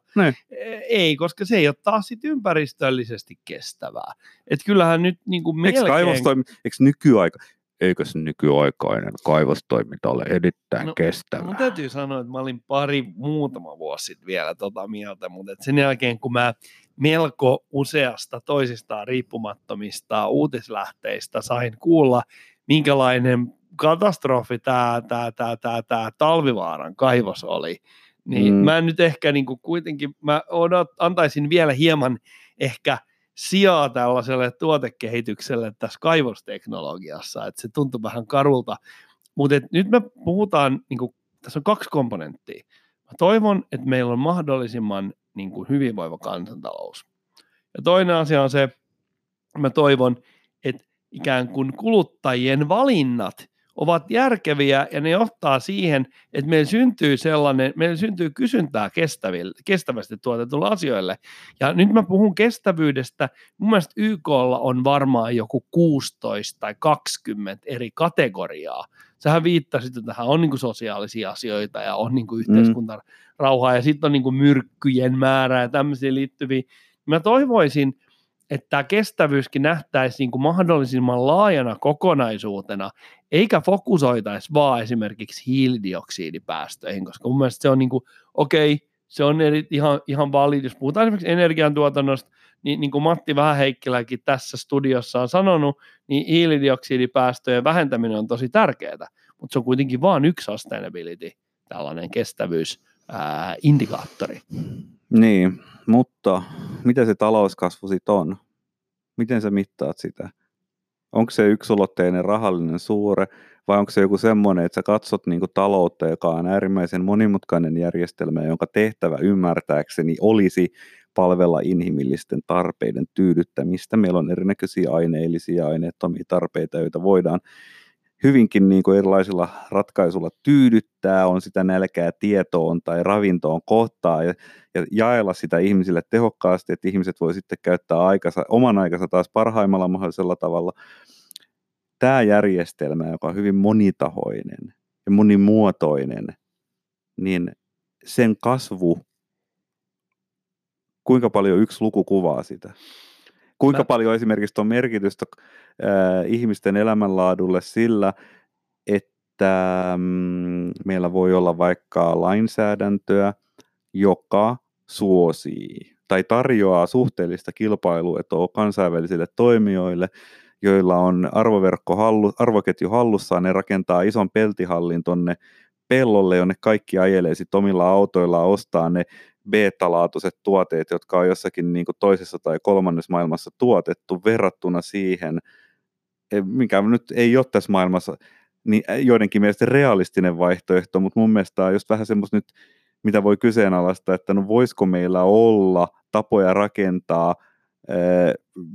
Ei, koska se ei ole taas sit ympäristöllisesti kestävää. Että kyllähän nyt niin kuin melkein... Eikö kaivostoimi, eikö nykyaika, eikös nykyaikainen kaivostoiminta ole erittäin no, kestävää? Mun täytyy sanoa, että mä olin pari muutama vuosi sitten vielä tota mieltä, mutta sen jälkeen kun mä melko useasta toisistaan riippumattomista uutislähteistä sain kuulla, minkälainen katastrofi tämä, tämä, tämä, tämä, tämä Talvivaaran kaivos oli, niin mm. mä nyt ehkä niin kuin kuitenkin, mä odot, antaisin vielä hieman ehkä sijaa tällaiselle tuotekehitykselle tässä kaivosteknologiassa, että se tuntuu vähän karulta, mutta nyt me puhutaan, niin kuin, tässä on kaksi komponenttia. Mä toivon, että meillä on mahdollisimman niin kuin hyvinvoiva kansantalous. Ja toinen asia on se, mä toivon, että ikään kuin kuluttajien valinnat ovat järkeviä ja ne johtaa siihen, että meillä syntyy sellainen, meillä syntyy kysyntää kestävästi tuotetulle asioille. Ja nyt mä puhun kestävyydestä, mun mielestä Y K:lla on varmaan joku kuusitoista tai kaksikymmentä eri kategoriaa. Sähän viittasit, että tähän on niin kuin sosiaalisia asioita ja on niin kuin yhteiskuntarauhaa ja sitten on niin kuin myrkkyjen määrä ja tämmöisiä liittyviä. Mä toivoisin, että tämä kestävyyskin nähtäisiin niin kuin mahdollisimman laajana kokonaisuutena, eikä fokusoitaisi vaan esimerkiksi hiilidioksidipäästöihin, koska mun mielestä se on niin kuin, okei, se on eri, ihan, ihan valid, jos puhutaan esimerkiksi energiantuotannosta, niin, niin kuin Matti Vähäheikkiläkin tässä studiossa on sanonut, niin hiilidioksidipäästöjen vähentäminen on tosi tärkeää, mutta se on kuitenkin vain yksi sustainability, tällainen kestävyysindikaattori. Niin, mutta mitä se talouskasvu sitten on? Miten sä mittaat sitä? Onko se yksulotteinen rahallinen suure vai onko se joku semmoinen, että sä katsot niinku taloutta, joka on äärimmäisen monimutkainen järjestelmä, jonka tehtävä ymmärtääkseni olisi palvella inhimillisten tarpeiden tyydyttämistä. Meillä on erinäköisiä aineellisia ja aineettomia tarpeita, joita voidaan hyvinkin niin kuin erilaisilla ratkaisuilla tyydyttää, on sitä nälkää tietoon tai ravintoon kohtaa ja, ja jaella sitä ihmisille tehokkaasti, että ihmiset voi sitten käyttää aikansa, oman aikansa taas parhaimmalla mahdollisella tavalla. Tämä järjestelmä, joka on hyvin monitahoinen ja monimuotoinen, niin sen kasvu, kuinka paljon yksi luku kuvaa sitä? Kuinka Mä... paljon esimerkiksi on merkitystä äh, ihmisten elämänlaadulle sillä, että mm, meillä voi olla vaikka lainsäädäntöä, joka suosii tai tarjoaa suhteellista kilpailuetua kansainvälisille toimijoille, joilla on arvoverkko hallu, arvoketju hallussaan, ne rakentaa ison peltihallin tonne pellolle, jonne kaikki ajelee sitten omilla autoillaan, ostaa ne beta-laatuiset tuotteet, jotka on jossakin niin kuin toisessa tai kolmannessa maailmassa tuotettu verrattuna siihen, mikä nyt ei ole tässä maailmassa niin joidenkin mielestä realistinen vaihtoehto, mutta mun mielestä on just vähän semmoista nyt, mitä voi kyseenalaistaa, että no voisiko meillä olla tapoja rakentaa ää,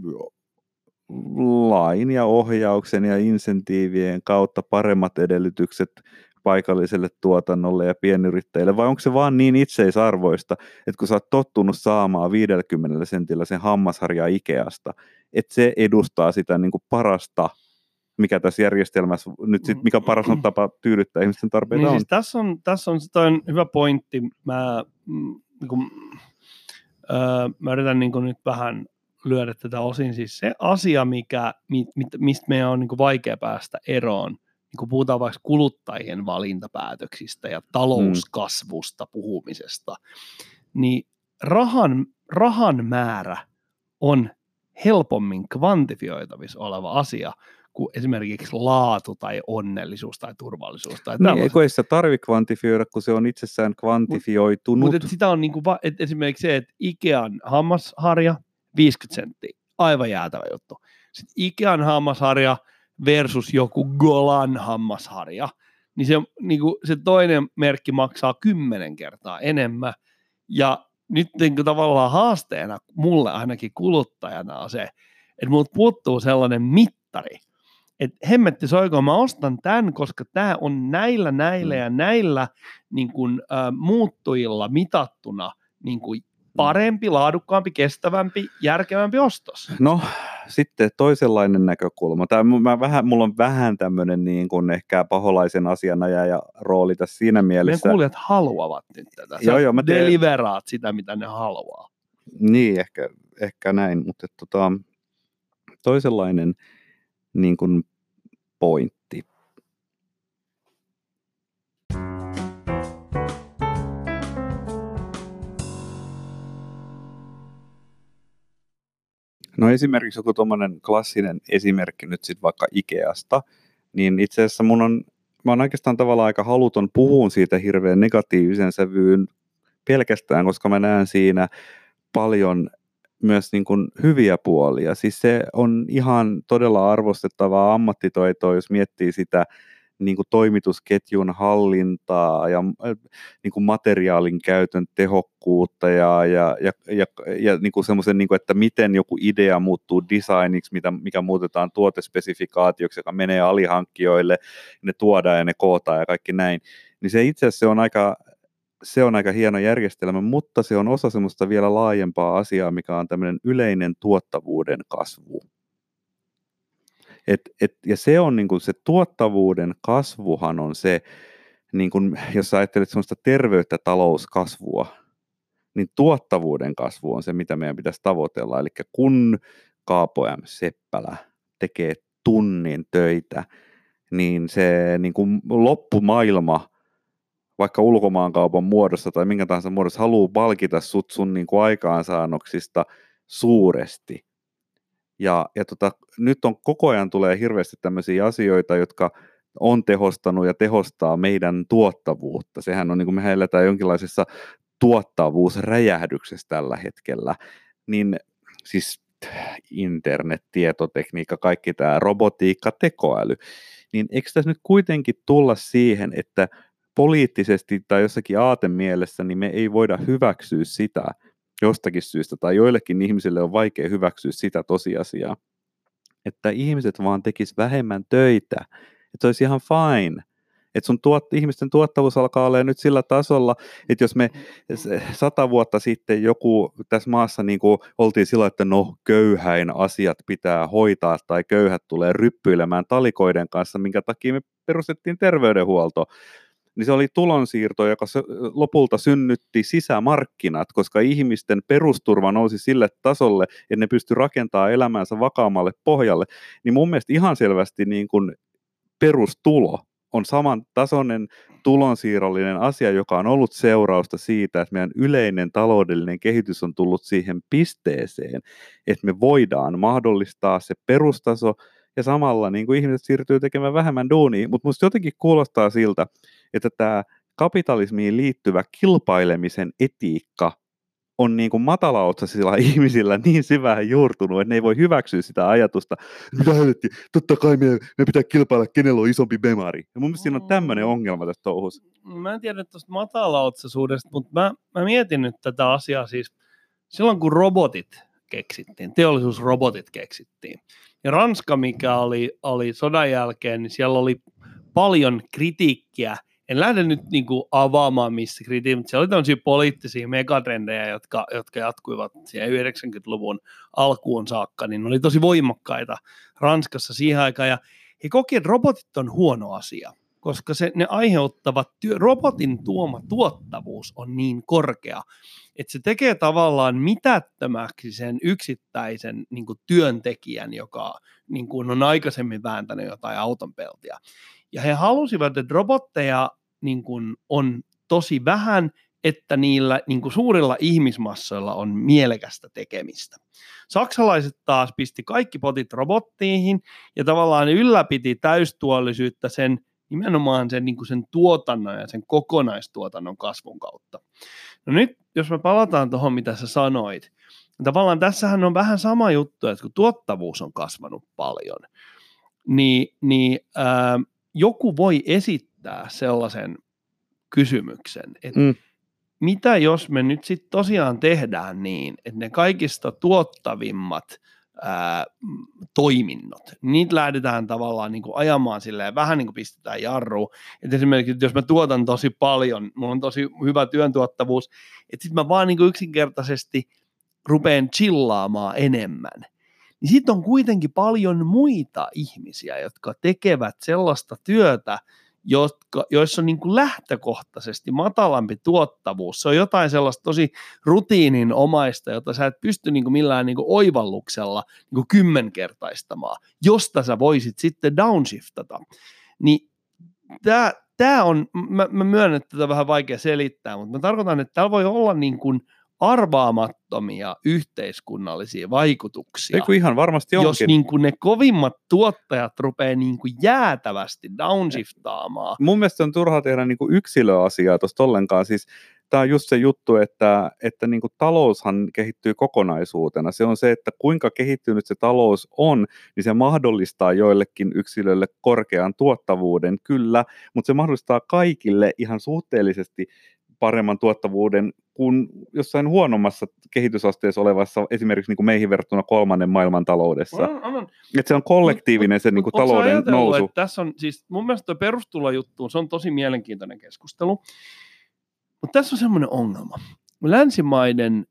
lain ja ohjauksen ja insentiivien kautta paremmat edellytykset paikalliselle tuotannolle ja pienyrittäjille, vai onko se vaan niin itseisarvoista, että kun sä oot tottunut saamaan viidelläkymmenellä sentillä sen hammasharjaa Ikeasta, että se edustaa sitä niin kuin parasta, mikä tässä järjestelmässä nyt sit, mikä paras on tapa tyydyttää ihmisten tarpeita niin on. Siis tässä on. Tässä on, on hyvä pointti. Mä, mm, niin kuin, öö, mä yritän niin kuin nyt vähän lyödä tätä osin. Siis se asia, mikä, mi, mistä meidän on niin kuin vaikea päästä eroon, niin kun puhutaan vaikka kuluttajien valintapäätöksistä ja talouskasvusta puhumisesta, niin rahan, rahan määrä on helpommin kvantifioitavissa oleva asia kuin esimerkiksi laatu tai onnellisuus tai turvallisuus. Tai niin, eikö ei sitä tarvitse kvantifioida, kun se on itsessään kvantifioitunut. Mutta sitä on niinku va- et esimerkiksi se, että Ikean hammasharja viisikymmentä senttiä, aivan jäätävä juttu. Sitten Ikean hammasharja versus joku Golan hammasharja, niin se, niinku, se toinen merkki maksaa kymmenen kertaa enemmän. Ja nyt niinku, tavallaan haasteena mulle ainakin kuluttajana on se, että multa puuttuu sellainen mittari, että hemmetti soiko, mä ostan tämän, koska tämä on näillä, näillä ja näillä niin kuin, äh, muuttujilla mitattuna niin kuin parempi, laadukkaampi, kestävämpi, järkevämpi ostos. No sitten toisenlainen näkökulma. Tää, mä vähän, mulla on vähän tämmöinen niin kuin ehkä paholaisen asianajaja rooli tässä siinä mielessä. Meidän kuulijat haluavat nyt tätä. Sä joo, joo, mä teen... deliveraat sitä, mitä ne haluaa. Niin, ehkä, ehkä näin, mutta tota, toisenlainen niin kuin pointti. No esimerkiksi joku tuommoinen klassinen esimerkki nyt sitten vaikka Ikeasta, niin itse asiassa mun on, mä oon oikeastaan tavallaan aika haluton puhua siitä hirveän negatiivisen sävyyn pelkästään, koska mä näen siinä paljon myös niin kuin hyviä puolia. Siis se on ihan todella arvostettavaa ammattitaitoa, jos miettii sitä niin kuin toimitusketjun hallintaa ja niin kuin materiaalin käytön tehokkuutta ja, ja, ja, ja, ja niin kuin semmoisen, niin kuin, että miten joku idea muuttuu designiksi, mitä, mikä muutetaan tuotespesifikaatioksi, joka menee alihankkijoille, ne tuodaan ja ne kootaan ja kaikki näin. Niin se itse asiassa se on aika... Se on aika hieno järjestelmä, mutta se on osa semmoista vielä laajempaa asiaa, mikä on tämmöinen yleinen tuottavuuden kasvu. Et, et, ja se on niin kuin se tuottavuuden kasvuhan on se, niin kuin, jos sä ajattelet semmoista terveyttä talouskasvua, niin tuottavuuden kasvu on se, mitä meidän pitäisi tavoitella. Eli kun Kaapo M. Seppälä tekee tunnin töitä, niin se niin kuin loppumaailma, vaikka ulkomaankaupan muodossa tai minkä tahansa muodossa, haluaa palkita sut sun niin kuin aikaansaannoksista suuresti. Ja, ja tota, nyt on koko ajan tulee hirveästi tämmöisiä asioita, jotka on tehostanut ja tehostaa meidän tuottavuutta. Sehän on, niin kuin me eletään jonkinlaisessa tuottavuusräjähdyksessä tällä hetkellä. Niin siis internet, tietotekniikka, kaikki tämä robotiikka, tekoäly. Niin eikö tässä nyt kuitenkin tulla siihen, että poliittisesti tai jossakin aatemielessä, niin me ei voida hyväksyä sitä jostakin syystä, tai joillekin ihmisille on vaikea hyväksyä sitä tosiasiaa, että ihmiset vaan tekis vähemmän töitä, että se olisi ihan fine, että sun tuot, ihmisten tuottavuus alkaa olla nyt sillä tasolla, että jos me sata vuotta sitten joku tässä maassa niin kuin oltiin sillä, että no köyhäin asiat pitää hoitaa, tai köyhät tulee ryppyilemään talikoiden kanssa, minkä takia me perustettiin terveydenhuolto, niin se oli tulonsiirto, joka lopulta synnytti sisämarkkinat, koska ihmisten perusturva nousi sille tasolle, että ne pystyi rakentamaan elämäänsä vakaammalle pohjalle. Niin mun mielestä ihan selvästi niin kuin perustulo on saman tasoinen tulonsiirrollinen asia, joka on ollut seurausta siitä, että meidän yleinen taloudellinen kehitys on tullut siihen pisteeseen, että me voidaan mahdollistaa se perustaso, ja samalla niin kuin ihmiset siirtyy tekemään vähemmän duunia, mutta musta jotenkin kuulostaa siltä, että tämä kapitalismiin liittyvä kilpailemisen etiikka on niin kuin matalaotsaisilla ihmisillä niin syvään juurtunut, että ne ei voi hyväksyä sitä ajatusta, mitä helvetti, totta kai me, me pitää kilpailla, kenellä on isompi bemari. Ja mun mielestä siinä on tämmöinen ongelma tässä touhussa. Mä en tiedä tuosta matalaotsaisuudesta, mutta mä, mä mietin nyt tätä asiaa siis silloin, kun robotit keksittiin, teollisuusrobotit keksittiin. Ja Ranska, mikä oli, oli sodan jälkeen, niin siellä oli paljon kritiikkiä. En lähde nyt niin kuin avaamaan missä kritiikkiä, mutta siellä oli tämmöisiä poliittisia megatrendejä, jotka, jotka jatkuivat siihen yhdeksänkymmentäluvun alkuun saakka, niin ne oli tosi voimakkaita Ranskassa siihen aikaan. Ja he koki, että robotit on huono asia, koska se, ne aiheuttavat, työ, robotin tuoma tuottavuus on niin korkea, että se tekee tavallaan mitättömäksi sen yksittäisen niin kuin työntekijän, joka niin kuin on aikaisemmin vääntänyt jotain autonpeltiä. Ja he halusivat, että robotteja niin kuin on tosi vähän, että niillä niin kuin suurilla ihmismassoilla on mielekästä tekemistä. Saksalaiset taas pisti kaikki potit robottiihin ja tavallaan ylläpiti täystyöllisyyttä sen nimenomaan sen, niin kuin sen tuotannon ja sen kokonaistuotannon kasvun kautta. No nyt, jos me palataan tuohon, mitä sä sanoit, tavallaan tässähän on vähän sama juttu, että kun tuottavuus on kasvanut paljon, niin, niin ää, joku voi esittää sellaisen kysymyksen, että mm. mitä jos me nyt sitten tosiaan tehdään niin, että ne kaikista tuottavimmat ää, toiminnot, niitä lähdetään tavallaan niin kuin ajamaan silleen, vähän niin kuin pistetään jarruun, että esimerkiksi jos mä tuotan tosi paljon, mulla on tosi hyvä työn tuottavuus, että sitten mä vaan niin kuin yksinkertaisesti rupean chillaamaan enemmän, niin sitten on kuitenkin paljon muita ihmisiä, jotka tekevät sellaista työtä, jotka, joissa on niin kuin lähtökohtaisesti matalampi tuottavuus. Se on jotain sellaista tosi rutiininomaista, jota sä et pysty niin kuin millään niin kuin oivalluksella niin kuin kymmenkertaistamaan, josta sä voisit sitten downshiftata. Niin tää, tää on, mä, mä myönnän, että tätä on vähän vaikea selittää, mutta mä tarkoitan, että täällä voi olla niin kuin arvaamattomia yhteiskunnallisia vaikutuksia. Eiku ihan varmasti onkin. Jos niin kuin ne kovimmat tuottajat rupeaa niin kuin jäätävästi downshiftaamaan. Mun mielestä on turhaa tehdä niin kuin yksilöasiaa tuosta ollenkaan. Siis tämä on just se juttu, että, että niin kuin taloushan kehittyy kokonaisuutena. Se on se, että kuinka kehittynyt se talous on, niin se mahdollistaa joillekin yksilöille korkean tuottavuuden, kyllä, mutta se mahdollistaa kaikille ihan suhteellisesti paremman tuottavuuden kuin jossain huonommassa kehitysasteessa olevassa, esimerkiksi niin kuin meihin verrattuna kolmannen maailman taloudessa. On, on, on. Että se on kollektiivinen mut, se niin kuin talouden nousu. Että tässä on, siis mun mielestä tuo perustulojuttu, se on tosi mielenkiintoinen keskustelu, mutta tässä on semmoinen ongelma. Länsimaiden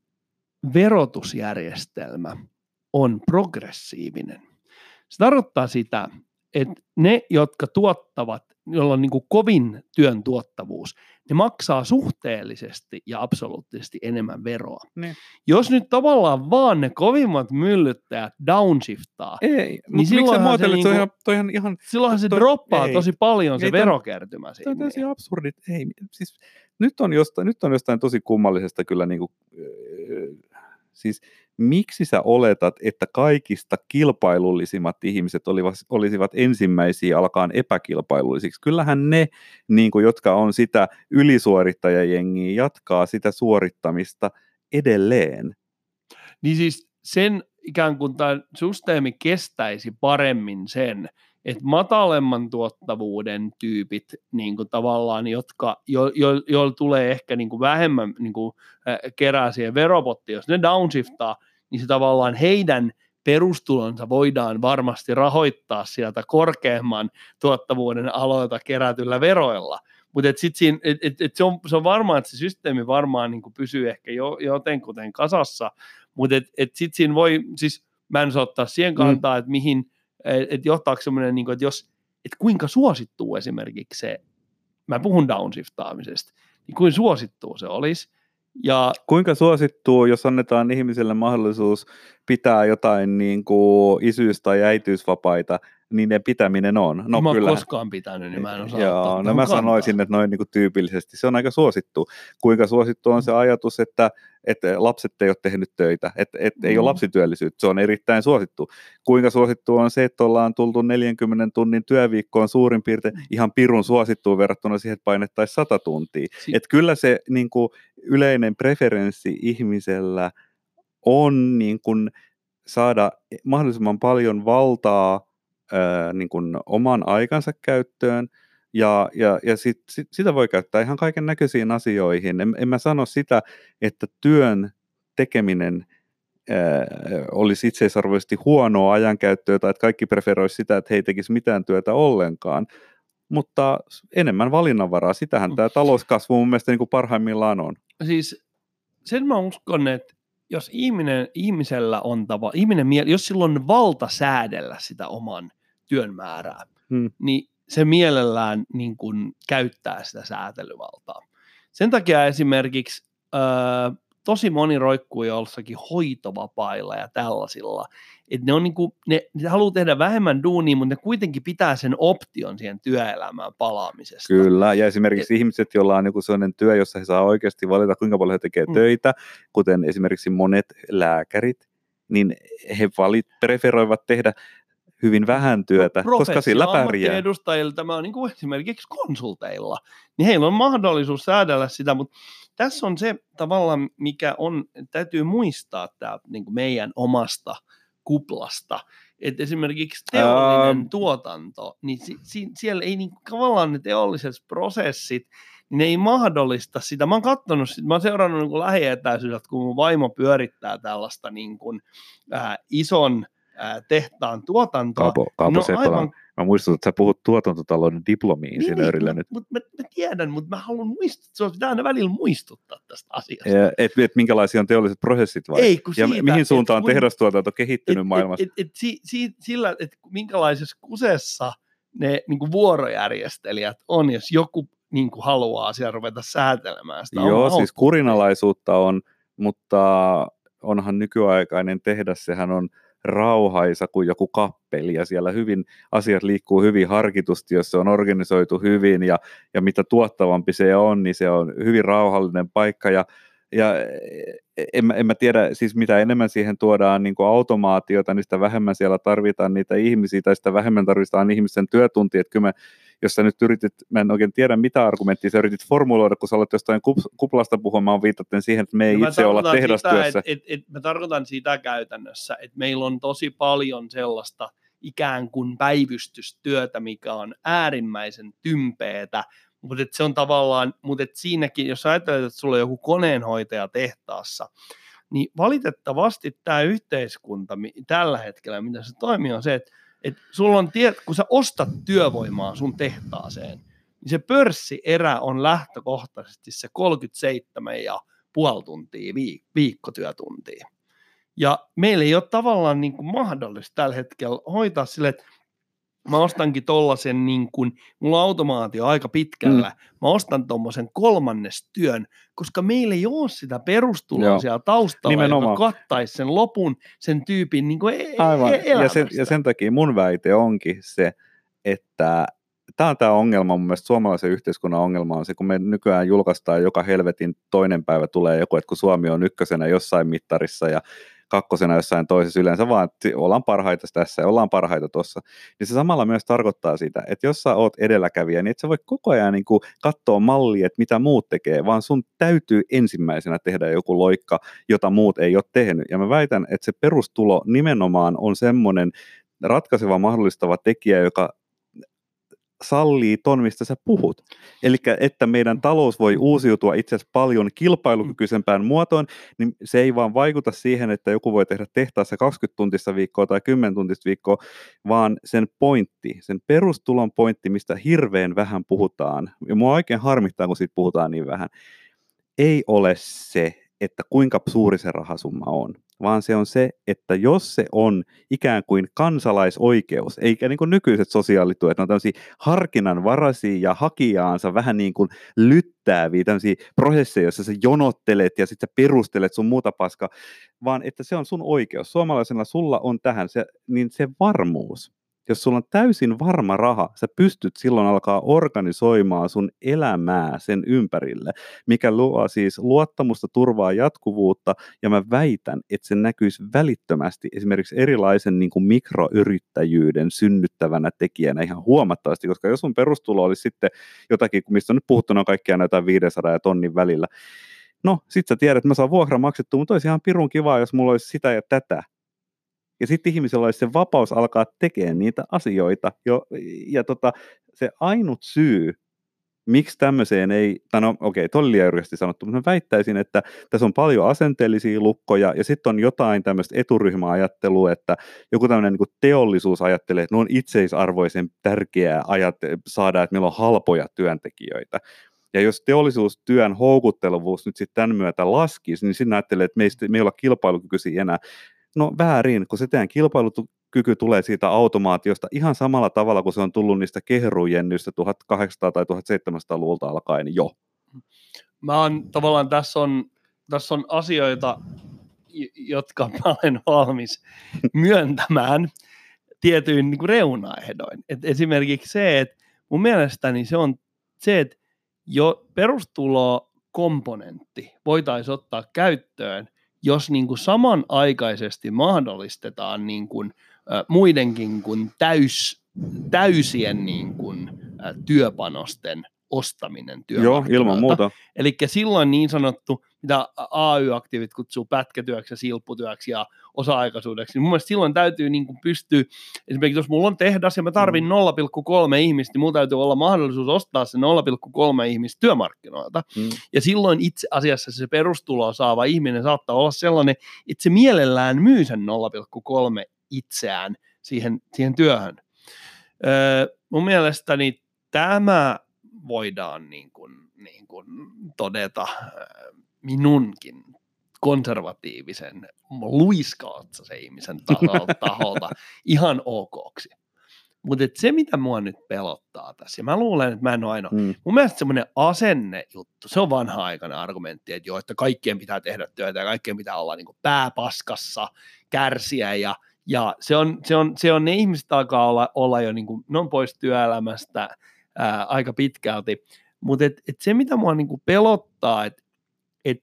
verotusjärjestelmä on progressiivinen. Se tarkoittaa sitä, että ne, jotka tuottavat, joilla on niin kuin kovin työn tuottavuus, ne maksaa suhteellisesti ja absoluuttisesti enemmän veroa. Ne. Jos nyt tavallaan vaan ne kovimmat myllyttäjät downshiftaa, ei, niin silloinhan se, niinku, se, ihan, ihan, ihan, silloinhan se toi, droppaa ei, tosi paljon se ei, verokertymä siinä. Tämä on täysin absurdit. Ei, siis, nyt, on jostain, nyt on jostain tosi kummallisesta kyllä niin kuin, äh, siis miksi sä oletat, että kaikista kilpailullisimmat ihmiset olisivat ensimmäisiä alkaan epäkilpailullisiksi? Kyllähän ne, niin kuin, jotka on sitä ylisuorittajajengiä, jatkaa sitä suorittamista edelleen. Niin siis sen ikään kuin tämä systeemi kestäisi paremmin sen, että matalemman tuottavuuden tyypit, niin kuin tavallaan, jotka, jo, jo, joilla tulee ehkä niin kuin vähemmän niin kuin, äh, kerää siihen veropottiin, jos ne downshiftaa, niin se tavallaan heidän perustulonsa voidaan varmasti rahoittaa sieltä korkeamman tuottavuuden aloilta kerätyllä veroilla. Mutta et et, et, et se, on, se on varmaan, että se systeemi varmaan niin kuin pysyy ehkä jo, jotenkuten kasassa, mutta et, et sitten siinä voi, siis mä en osaa ottaa siihen kantaa, mm. että mihin, että johtaako semmoinen, niin kuin, että jos, että kuinka suosittuu esimerkiksi se, mä puhun downshiftaamisesta, niin kuinka suosittuu se olisi. Ja kuinka suosittuu, jos annetaan ihmiselle mahdollisuus pitää jotain niin kuin isyys- tai äitiysvapaita, niin ne pitäminen on. No, mä oon kyllähän koskaan pitänyt, niin mä en osaa Joo, ottaa no mä kantaa. sanoisin, että noin niin kuin tyypillisesti se on aika suosittu. Kuinka suosittu on se ajatus, että, että lapset ei ole tehnyt töitä, että, että ei ole Mm. lapsityöllisyyttä, se on erittäin suosittu. Kuinka suosittu on se, että ollaan tultu neljänkymmenen tunnin työviikkoon suurin piirtein ihan pirun suosittuun verrattuna siihen, että painettaisiin sata tuntia. Si- Että kyllä se niin kuin, yleinen preferenssi ihmisellä on niin kuin, saada mahdollisimman paljon valtaa ää, niin kuin, oman aikansa käyttöön, ja, ja, ja sit, sit, sitä voi käyttää ihan kaiken näköisiin asioihin. En, en mä sano sitä, että työn tekeminen ää, olisi itseisarvoisesti huonoa ajankäyttöä, tai että kaikki preferoisi sitä, että he ei tekisi mitään työtä ollenkaan, mutta enemmän valinnanvaraa. Sitähän tämä talouskasvu mun mielestä niin kuin parhaimmillaan on. Siis sen mä uskon, että jos ihminen, ihmisellä on tava, ihminen, jos sillä on valta säädellä sitä oman työn määrää, Hmm. niin se mielellään niin kuin käyttää sitä säätelyvaltaa. Sen takia esimerkiksi öö, tosi moni roikkuu jossakin hoitovapailla ja tällaisilla, että ne, on niin kuin, ne, ne haluaa tehdä vähemmän duunia, mutta ne kuitenkin pitää sen option siihen työelämään palaamisesta. Kyllä, ja esimerkiksi Et, ihmiset, joilla on joku sellainen työ, jossa he saa oikeasti valita, kuinka paljon he tekevät mm. töitä, kuten esimerkiksi monet lääkärit, niin he valit, preferoivat tehdä hyvin vähän työtä, koska sillä pärjää. Edustajilla tämä on niin kuin esimerkiksi konsulteilla, niin heillä on mahdollisuus säädellä sitä, mutta tässä on se tavallaan, mikä on, täytyy muistaa tämä niin kuin meidän omasta kuplasta, että esimerkiksi teollinen ähm. tuotanto, niin si, si, siellä ei niin tavallaan ne teolliset prosessit, niin ne ei mahdollista sitä. Mä oon katsonut sitä, mä oon seurannut niin lähietäisyydeltä, kun mun vaimo pyörittää tällaista niin kuin, äh, ison tehtaan tuotantoa. Kaapo, Kaapo no, Sepälä, aivan... mä muistutan, että sä puhut tuotantotalouden diplomi-insinöörillä niin, nyt. Mutta mut, mä, mä tiedän, mutta mä haluan muistuttaa, se on pitää aina välillä muistuttaa tästä asiasta. Että et, minkälaisia on teolliset prosessit vai? Ei, kun ja siitä, mihin suuntaan on kun, tehdastuotanto kehittynyt et, maailmassa? Et, et, et, si, si, sillä, että minkälaisessa kusessa ne niin kuin vuorojärjestelijät on, jos joku niin kuin haluaa siellä ruveta säätelemään sitä. Joo, siis kurinalaisuutta on, mutta onhan nykyaikainen tehdas, sehän on rauhaisa kuin joku kappeli, ja siellä hyvin, asiat liikkuu hyvin harkitusti, jos se on organisoitu hyvin, ja, ja mitä tuottavampi se on, niin se on hyvin rauhallinen paikka, ja, ja en, en mä tiedä, siis mitä enemmän siihen tuodaan niin kuin automaatiota, niin sitä vähemmän siellä tarvitaan niitä ihmisiä, tai sitä vähemmän tarvitaan ihmisten työtuntia, että kyllä mä, jos sä nyt yritit, mä en oikein tiedä mitä argumenttia sä yritit formuloida, kun sä olet jostain kuplasta puhumaan, viitaten siihen, että me ei no itse olla tehdastyössä. Sitä, et, et, et, mä tarkoitan sitä käytännössä, että meillä on tosi paljon sellaista ikään kuin päivystystyötä, mikä on äärimmäisen tympeetä, mutta se on tavallaan, mutta siinäkin, jos ajattelet, että sulla on joku koneenhoitaja tehtaassa, niin valitettavasti tämä yhteiskunta tällä hetkellä, mitä se toimii, on se, että et sulla on tie, kun sä ostat työvoimaa sun tehtaaseen, niin se pörssierä on lähtökohtaisesti se kolmekymmentäseitsemän ja puoli tuntia viik- viikkotyötuntia. Ja meillä ei ole tavallaan niin kuin mahdollista tällä hetkellä hoitaa sille, että mä ostankin tollasen, niin kuin, mulla on automaatio aika pitkällä, mm. mä ostan tommosen kolmannes työn, koska meillä ei ole sitä perustuloa Joo. siellä taustalla, Nimenomaan. joka kattaisi sen lopun, sen tyypin niin kuin e- Aivan. E- ja, sen, ja sen takia mun väite onkin se, että tämä on tämä ongelma, mun mielestä suomalaisen yhteiskunnan ongelma on se, kun me nykyään julkaistaan joka helvetin toinen päivä tulee joku, että kun Suomi on ykkösenä jossain mittarissa ja kakkosena jossain toisessa yleensä vaan, että ollaan parhaita tässä ja ollaan parhaita tuossa, niin se samalla myös tarkoittaa sitä, että jos sä oot edelläkävijä, niin et sä voi koko ajan niin kuin katsoa mallia, että mitä muut tekee, vaan sun täytyy ensimmäisenä tehdä joku loikka, jota muut ei ole tehnyt. Ja mä väitän, että se perustulo nimenomaan on semmoinen ratkaiseva mahdollistava tekijä, joka sallii ton, mistä sä puhut. Eli että meidän talous voi uusiutua itse asiassa paljon kilpailukykyisempään muotoon, niin se ei vaan vaikuta siihen, että joku voi tehdä tehtaassa kaksikymmentä tuntista viikkoa tai kymmenen tuntista viikkoa, vaan sen pointti, sen perustulon pointti, mistä hirveän vähän puhutaan, ja mua oikein harmittaa, kun siitä puhutaan niin vähän, ei ole se, että kuinka suuri se rahasumma on, vaan se on se, että jos se on ikään kuin kansalaisoikeus, eikä niin kuin nykyiset sosiaalituet, ne on tämmöisiä harkinnanvaraisia ja hakijaansa vähän niin kuin lyttääviä tämmöisiä prosesseja, joissa sä jonottelet ja sitten sä perustelet sun muuta paskaa, vaan että se on sun oikeus. Suomalaisena sulla on tähän se, niin se varmuus, Jos sulla on täysin varma raha, sä pystyt silloin alkaa organisoimaan sun elämää sen ympärille, mikä luo siis luottamusta, turvaa, jatkuvuutta, ja mä väitän, että se näkyisi välittömästi esimerkiksi erilaisen niin kuin mikroyrittäjyyden synnyttävänä tekijänä ihan huomattavasti, koska jos sun perustulo olisi sitten jotakin, mistä on nyt puhuttu, on kaikkia näitä viisisataa ja tonnin välillä, no sit sä tiedät, että mä saan vuokra maksettua, mutta olisi ihan pirun kivaa, jos mulla olisi sitä ja tätä. Ja sitten ihmisellä olisi se vapaus alkaa tekemään niitä asioita. Jo, ja tota, se ainut syy, miksi tämmöiseen ei, tai no okei, okay, toi oli liian jyrkästi sanottu, mutta mä väittäisin, että tässä on paljon asenteellisia lukkoja, ja sitten on jotain tämmöistä eturyhmäajattelua, että joku tämmöinen niin teollisuus ajattelee, että ne on itseisarvoisen tärkeää ajat, saada, että meillä on halpoja työntekijöitä. Ja jos teollisuustyön houkuttelevuus nyt sitten tämän myötä laskisi, niin sitten ajattelee, että meistä, me ei olla kilpailukykyisiä enää. No väärin, kun se teidän kilpailukyky tulee siitä automaatiosta ihan samalla tavalla, kuin se on tullut niistä kehrujennyistä tuhatkahdeksansataa- tai tuhatseitsemänsataaluvulta alkaen jo. Mä oon tavallaan, tässä on, tässä on asioita, jotka mä olen valmis myöntämään tietyin niin kuin reunaehdoin. Et esimerkiksi se, että mun mielestäni se on se, että jo perustulokomponentti voitaisiin ottaa käyttöön, jos niin kuin samanaikaisesti mahdollistetaan niin kuin, ä, muidenkin kuin täys, täysien niin kuin, ä, työpanosten ostaminen työmarkkinoilta. Joo, ilman muuta. Eli silloin niin sanottu, mitä A Y-aktiivit kutsuu pätkätyöksi ja silpputyöksi ja osa-aikaisuudeksi, niin mun mielestä silloin täytyy niin kuin pystyä, esimerkiksi jos mulla on tehdas ja mä tarvin nolla pilkku kolme ihmistä, niin mulla täytyy olla mahdollisuus ostaa se nolla pilkku kolme ihmistä työmarkkinoilta. Mm. Ja silloin itse asiassa se perustuloa saava ihminen saattaa olla sellainen, että se mielellään myy sen nolla pilkku kolme itseään siihen, siihen työhön. Öö, mun mielestäni tämä voidaan niin kuin, niin kuin todeta minunkin konservatiivisen luiskautsaisen ihmisen taholta ihan okoksi. Mutta se, mitä mua nyt pelottaa tässä, ja mä luulen, että mä en ole ainoa, mm. mun mielestä semmoinen asennejuttu, se on vanha-aikainen argumentti, että joo, että kaikkien pitää tehdä työtä ja kaikkien pitää olla niin kuin pääpaskassa, kärsiä, ja, ja se, on, se, on, se on ne ihmiset alkaa olla, olla jo niin kuin, ne on pois työelämästä ää, aika pitkälti, mutta et, et se, mitä mua niin kuin pelottaa, että et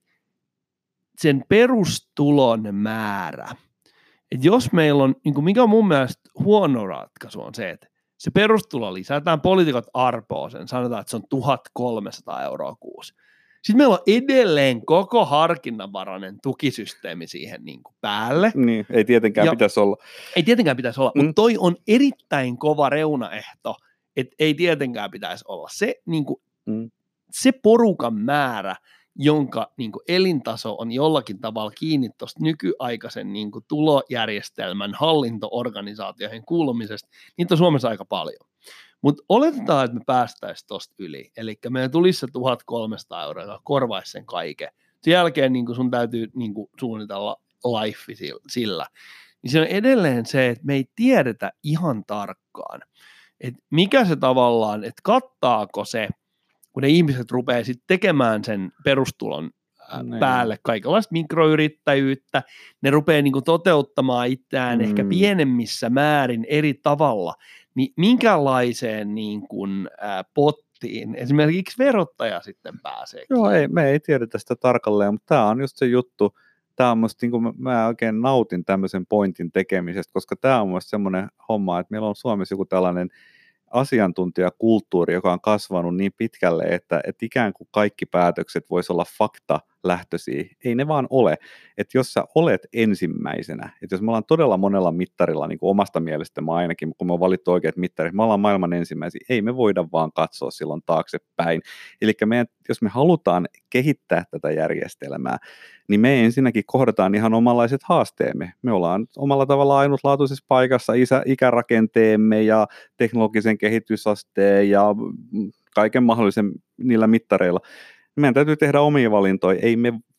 sen perustulon määrä, että jos meillä on, niin kuin mikä on mun mielestä huono ratkaisu on se, että se perustulo lisätään, poliitikot arpoo sen, sanotaan, että se on tuhatkolmesataa euroa kuusi. Sitten meillä on edelleen koko harkinnanvarainen tukisysteemi siihen niin kuin päälle. Niin, ei tietenkään ja pitäisi olla. Ei tietenkään pitäisi olla, mm. mutta toi on erittäin kova reunaehto, että ei tietenkään pitäisi olla. Se, niin kuin, mm. se porukan määrä, jonka niin kuin elintaso on jollakin tavalla kiinni tuosta nykyaikaisen niin kuin tulojärjestelmän hallinto-organisaatioihin kuulumisesta, niitä on Suomessa aika paljon. Mutta oletetaan, että me päästäisiin tuosta yli, eli meillä tulisi se tuhatkolmesataa euroa, joka korvaisi sen kaiken. Sen jälkeen niin kuin sun täytyy niin kuin suunnitella life sillä. Niin se on edelleen se, että me ei tiedetä ihan tarkkaan, että mikä se tavallaan, että kattaako se, kun ne ihmiset rupeaa sitten tekemään sen perustulon Näin. päälle kaikenlaista mikroyrittäjyyttä, ne rupeaa niinku toteuttamaan itseään mm. ehkä pienemmissä määrin eri tavalla, niin minkälaiseen niinku, ä, pottiin esimerkiksi verottaja sitten pääsee? Joo, ei, me ei tiedetä sitä tarkalleen, mutta tämä on just se juttu, tämä on musta, niin kuin mä oikein nautin tämmöisen pointin tekemisestä, koska tämä on musta semmoinen homma, että meillä on Suomessa joku tällainen asiantuntijakulttuuri, joka on kasvanut niin pitkälle, että, että ikään kuin kaikki päätökset voisi olla faktalähtöisiä. Ei ne vaan ole. Että jos sä olet ensimmäisenä, että jos me ollaan todella monella mittarilla, niin kuin omasta mielestä mä ainakin, kun me on valittu oikeat mittarit, me ollaan maailman ensimmäisiä, ei me voida vaan katsoa silloin taaksepäin. Eli meidän, jos me halutaan kehittää tätä järjestelmää, niin me ensinnäkin kohdataan ihan omanlaiset haasteemme. Me ollaan omalla tavalla ainutlaatuisessa paikassa isä, ikärakenteemme ja teknologisen kehitysasteen ja kaiken mahdollisen niillä mittareilla. Meidän täytyy tehdä omia valintoja. Ei me,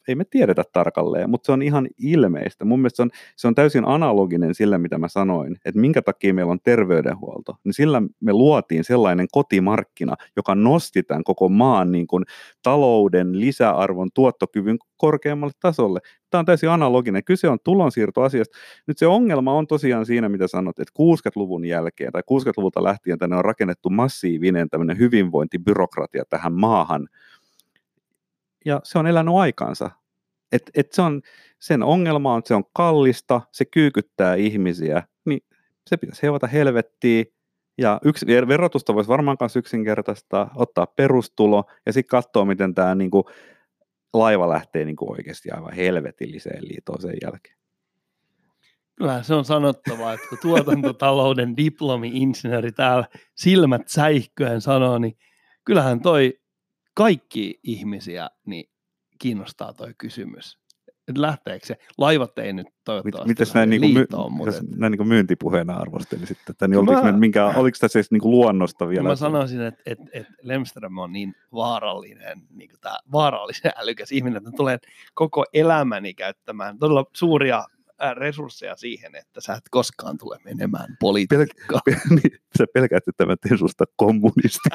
ei me tiedetä tarkalleen, mutta se on ihan ilmeistä. Mun mielestä se on, se on täysin analoginen sillä, mitä mä sanoin, että minkä takia meillä on terveydenhuolto. Niin sillä me luotiin sellainen kotimarkkina, joka nosti tämän koko maan niin kuin talouden, lisäarvon, tuottokyvyn korkeammalle tasolle. Tämä on täysin analoginen. Kyse on tulonsiirtoasiasta. Nyt se ongelma on tosiaan siinä, mitä sanot, että kuusikymmentäluvun jälkeen tai kuusikymmentäluvulta lähtien tänne on rakennettu massiivinen tämmöinen hyvinvointibyrokratia tähän maahan. Ja se on elänyt aikansa. Et, et se on, sen ongelma on, että se on kallista, se kyykyttää ihmisiä, niin se pitäisi hevata helvettiin. Ja yksi, verotusta voisi varmaan myös yksinkertaistaa, ottaa perustulo ja sitten katsoa, miten tämä niinku laiva lähtee niinku oikeasti aivan helvetilliseen liitoon sen jälkeen. Kyllähän se on sanottava, että kun tuotantotalouden diplomi-insinööri täällä silmät säihköen sanoo, niin kyllähän toi kaikki ihmisiä niin kiinnostaa toi kysymys. Että lähteekö se? Laivat ei nyt toivottavasti Mites näin, niin liittoon. my, Mutta... näin niin myyntipuheena arvosteli sitten, että niin mä... oliko, minkä, oliko tässä niin luonnosta vielä? Mä sanoisin, että, että, että Lemström on niin vaarallinen, niin kuin tämä vaarallinen älykäs ihminen, että tulee koko elämäni käyttämään todella suuria resursseja siihen, että sä et koskaan tule menemään politiikkaan. Pel- pel- niin, sä pelkäät, että mä teen susta kommunisti.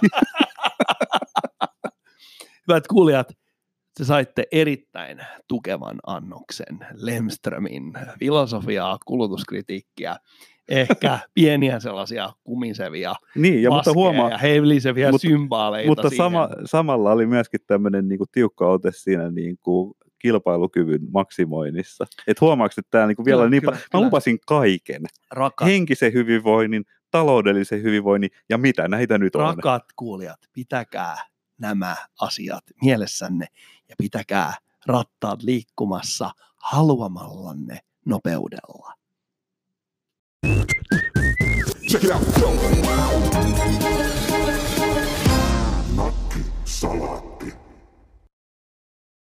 Hyvät kuulijat, te saitte erittäin tukevan annoksen Lemströmin filosofiaa, kulutuskritiikkiä, ehkä pieniä sellaisia kumisevia niin, ja mutta huomaa, ja heilisevia mutta, symbaaleita. Mutta siihen. sama, samalla oli myöskin tämmöinen niin kuin tiukka ote siinä niin kuin kilpailukyvyn maksimoinnissa. Et huomaatko, että tämä niin vielä kyllä, niin kyllä, pa- kyllä. Mä lupasin kaiken. Rakat, Henkisen hyvinvoinnin, taloudellisen hyvinvoinnin ja mitä näitä nyt on. Rakat kuulijat, pitäkää nämä asiat mielessänne ja pitäkää rattaat liikkumassa haluamallanne nopeudella. Check it out. Nakki Salaatti.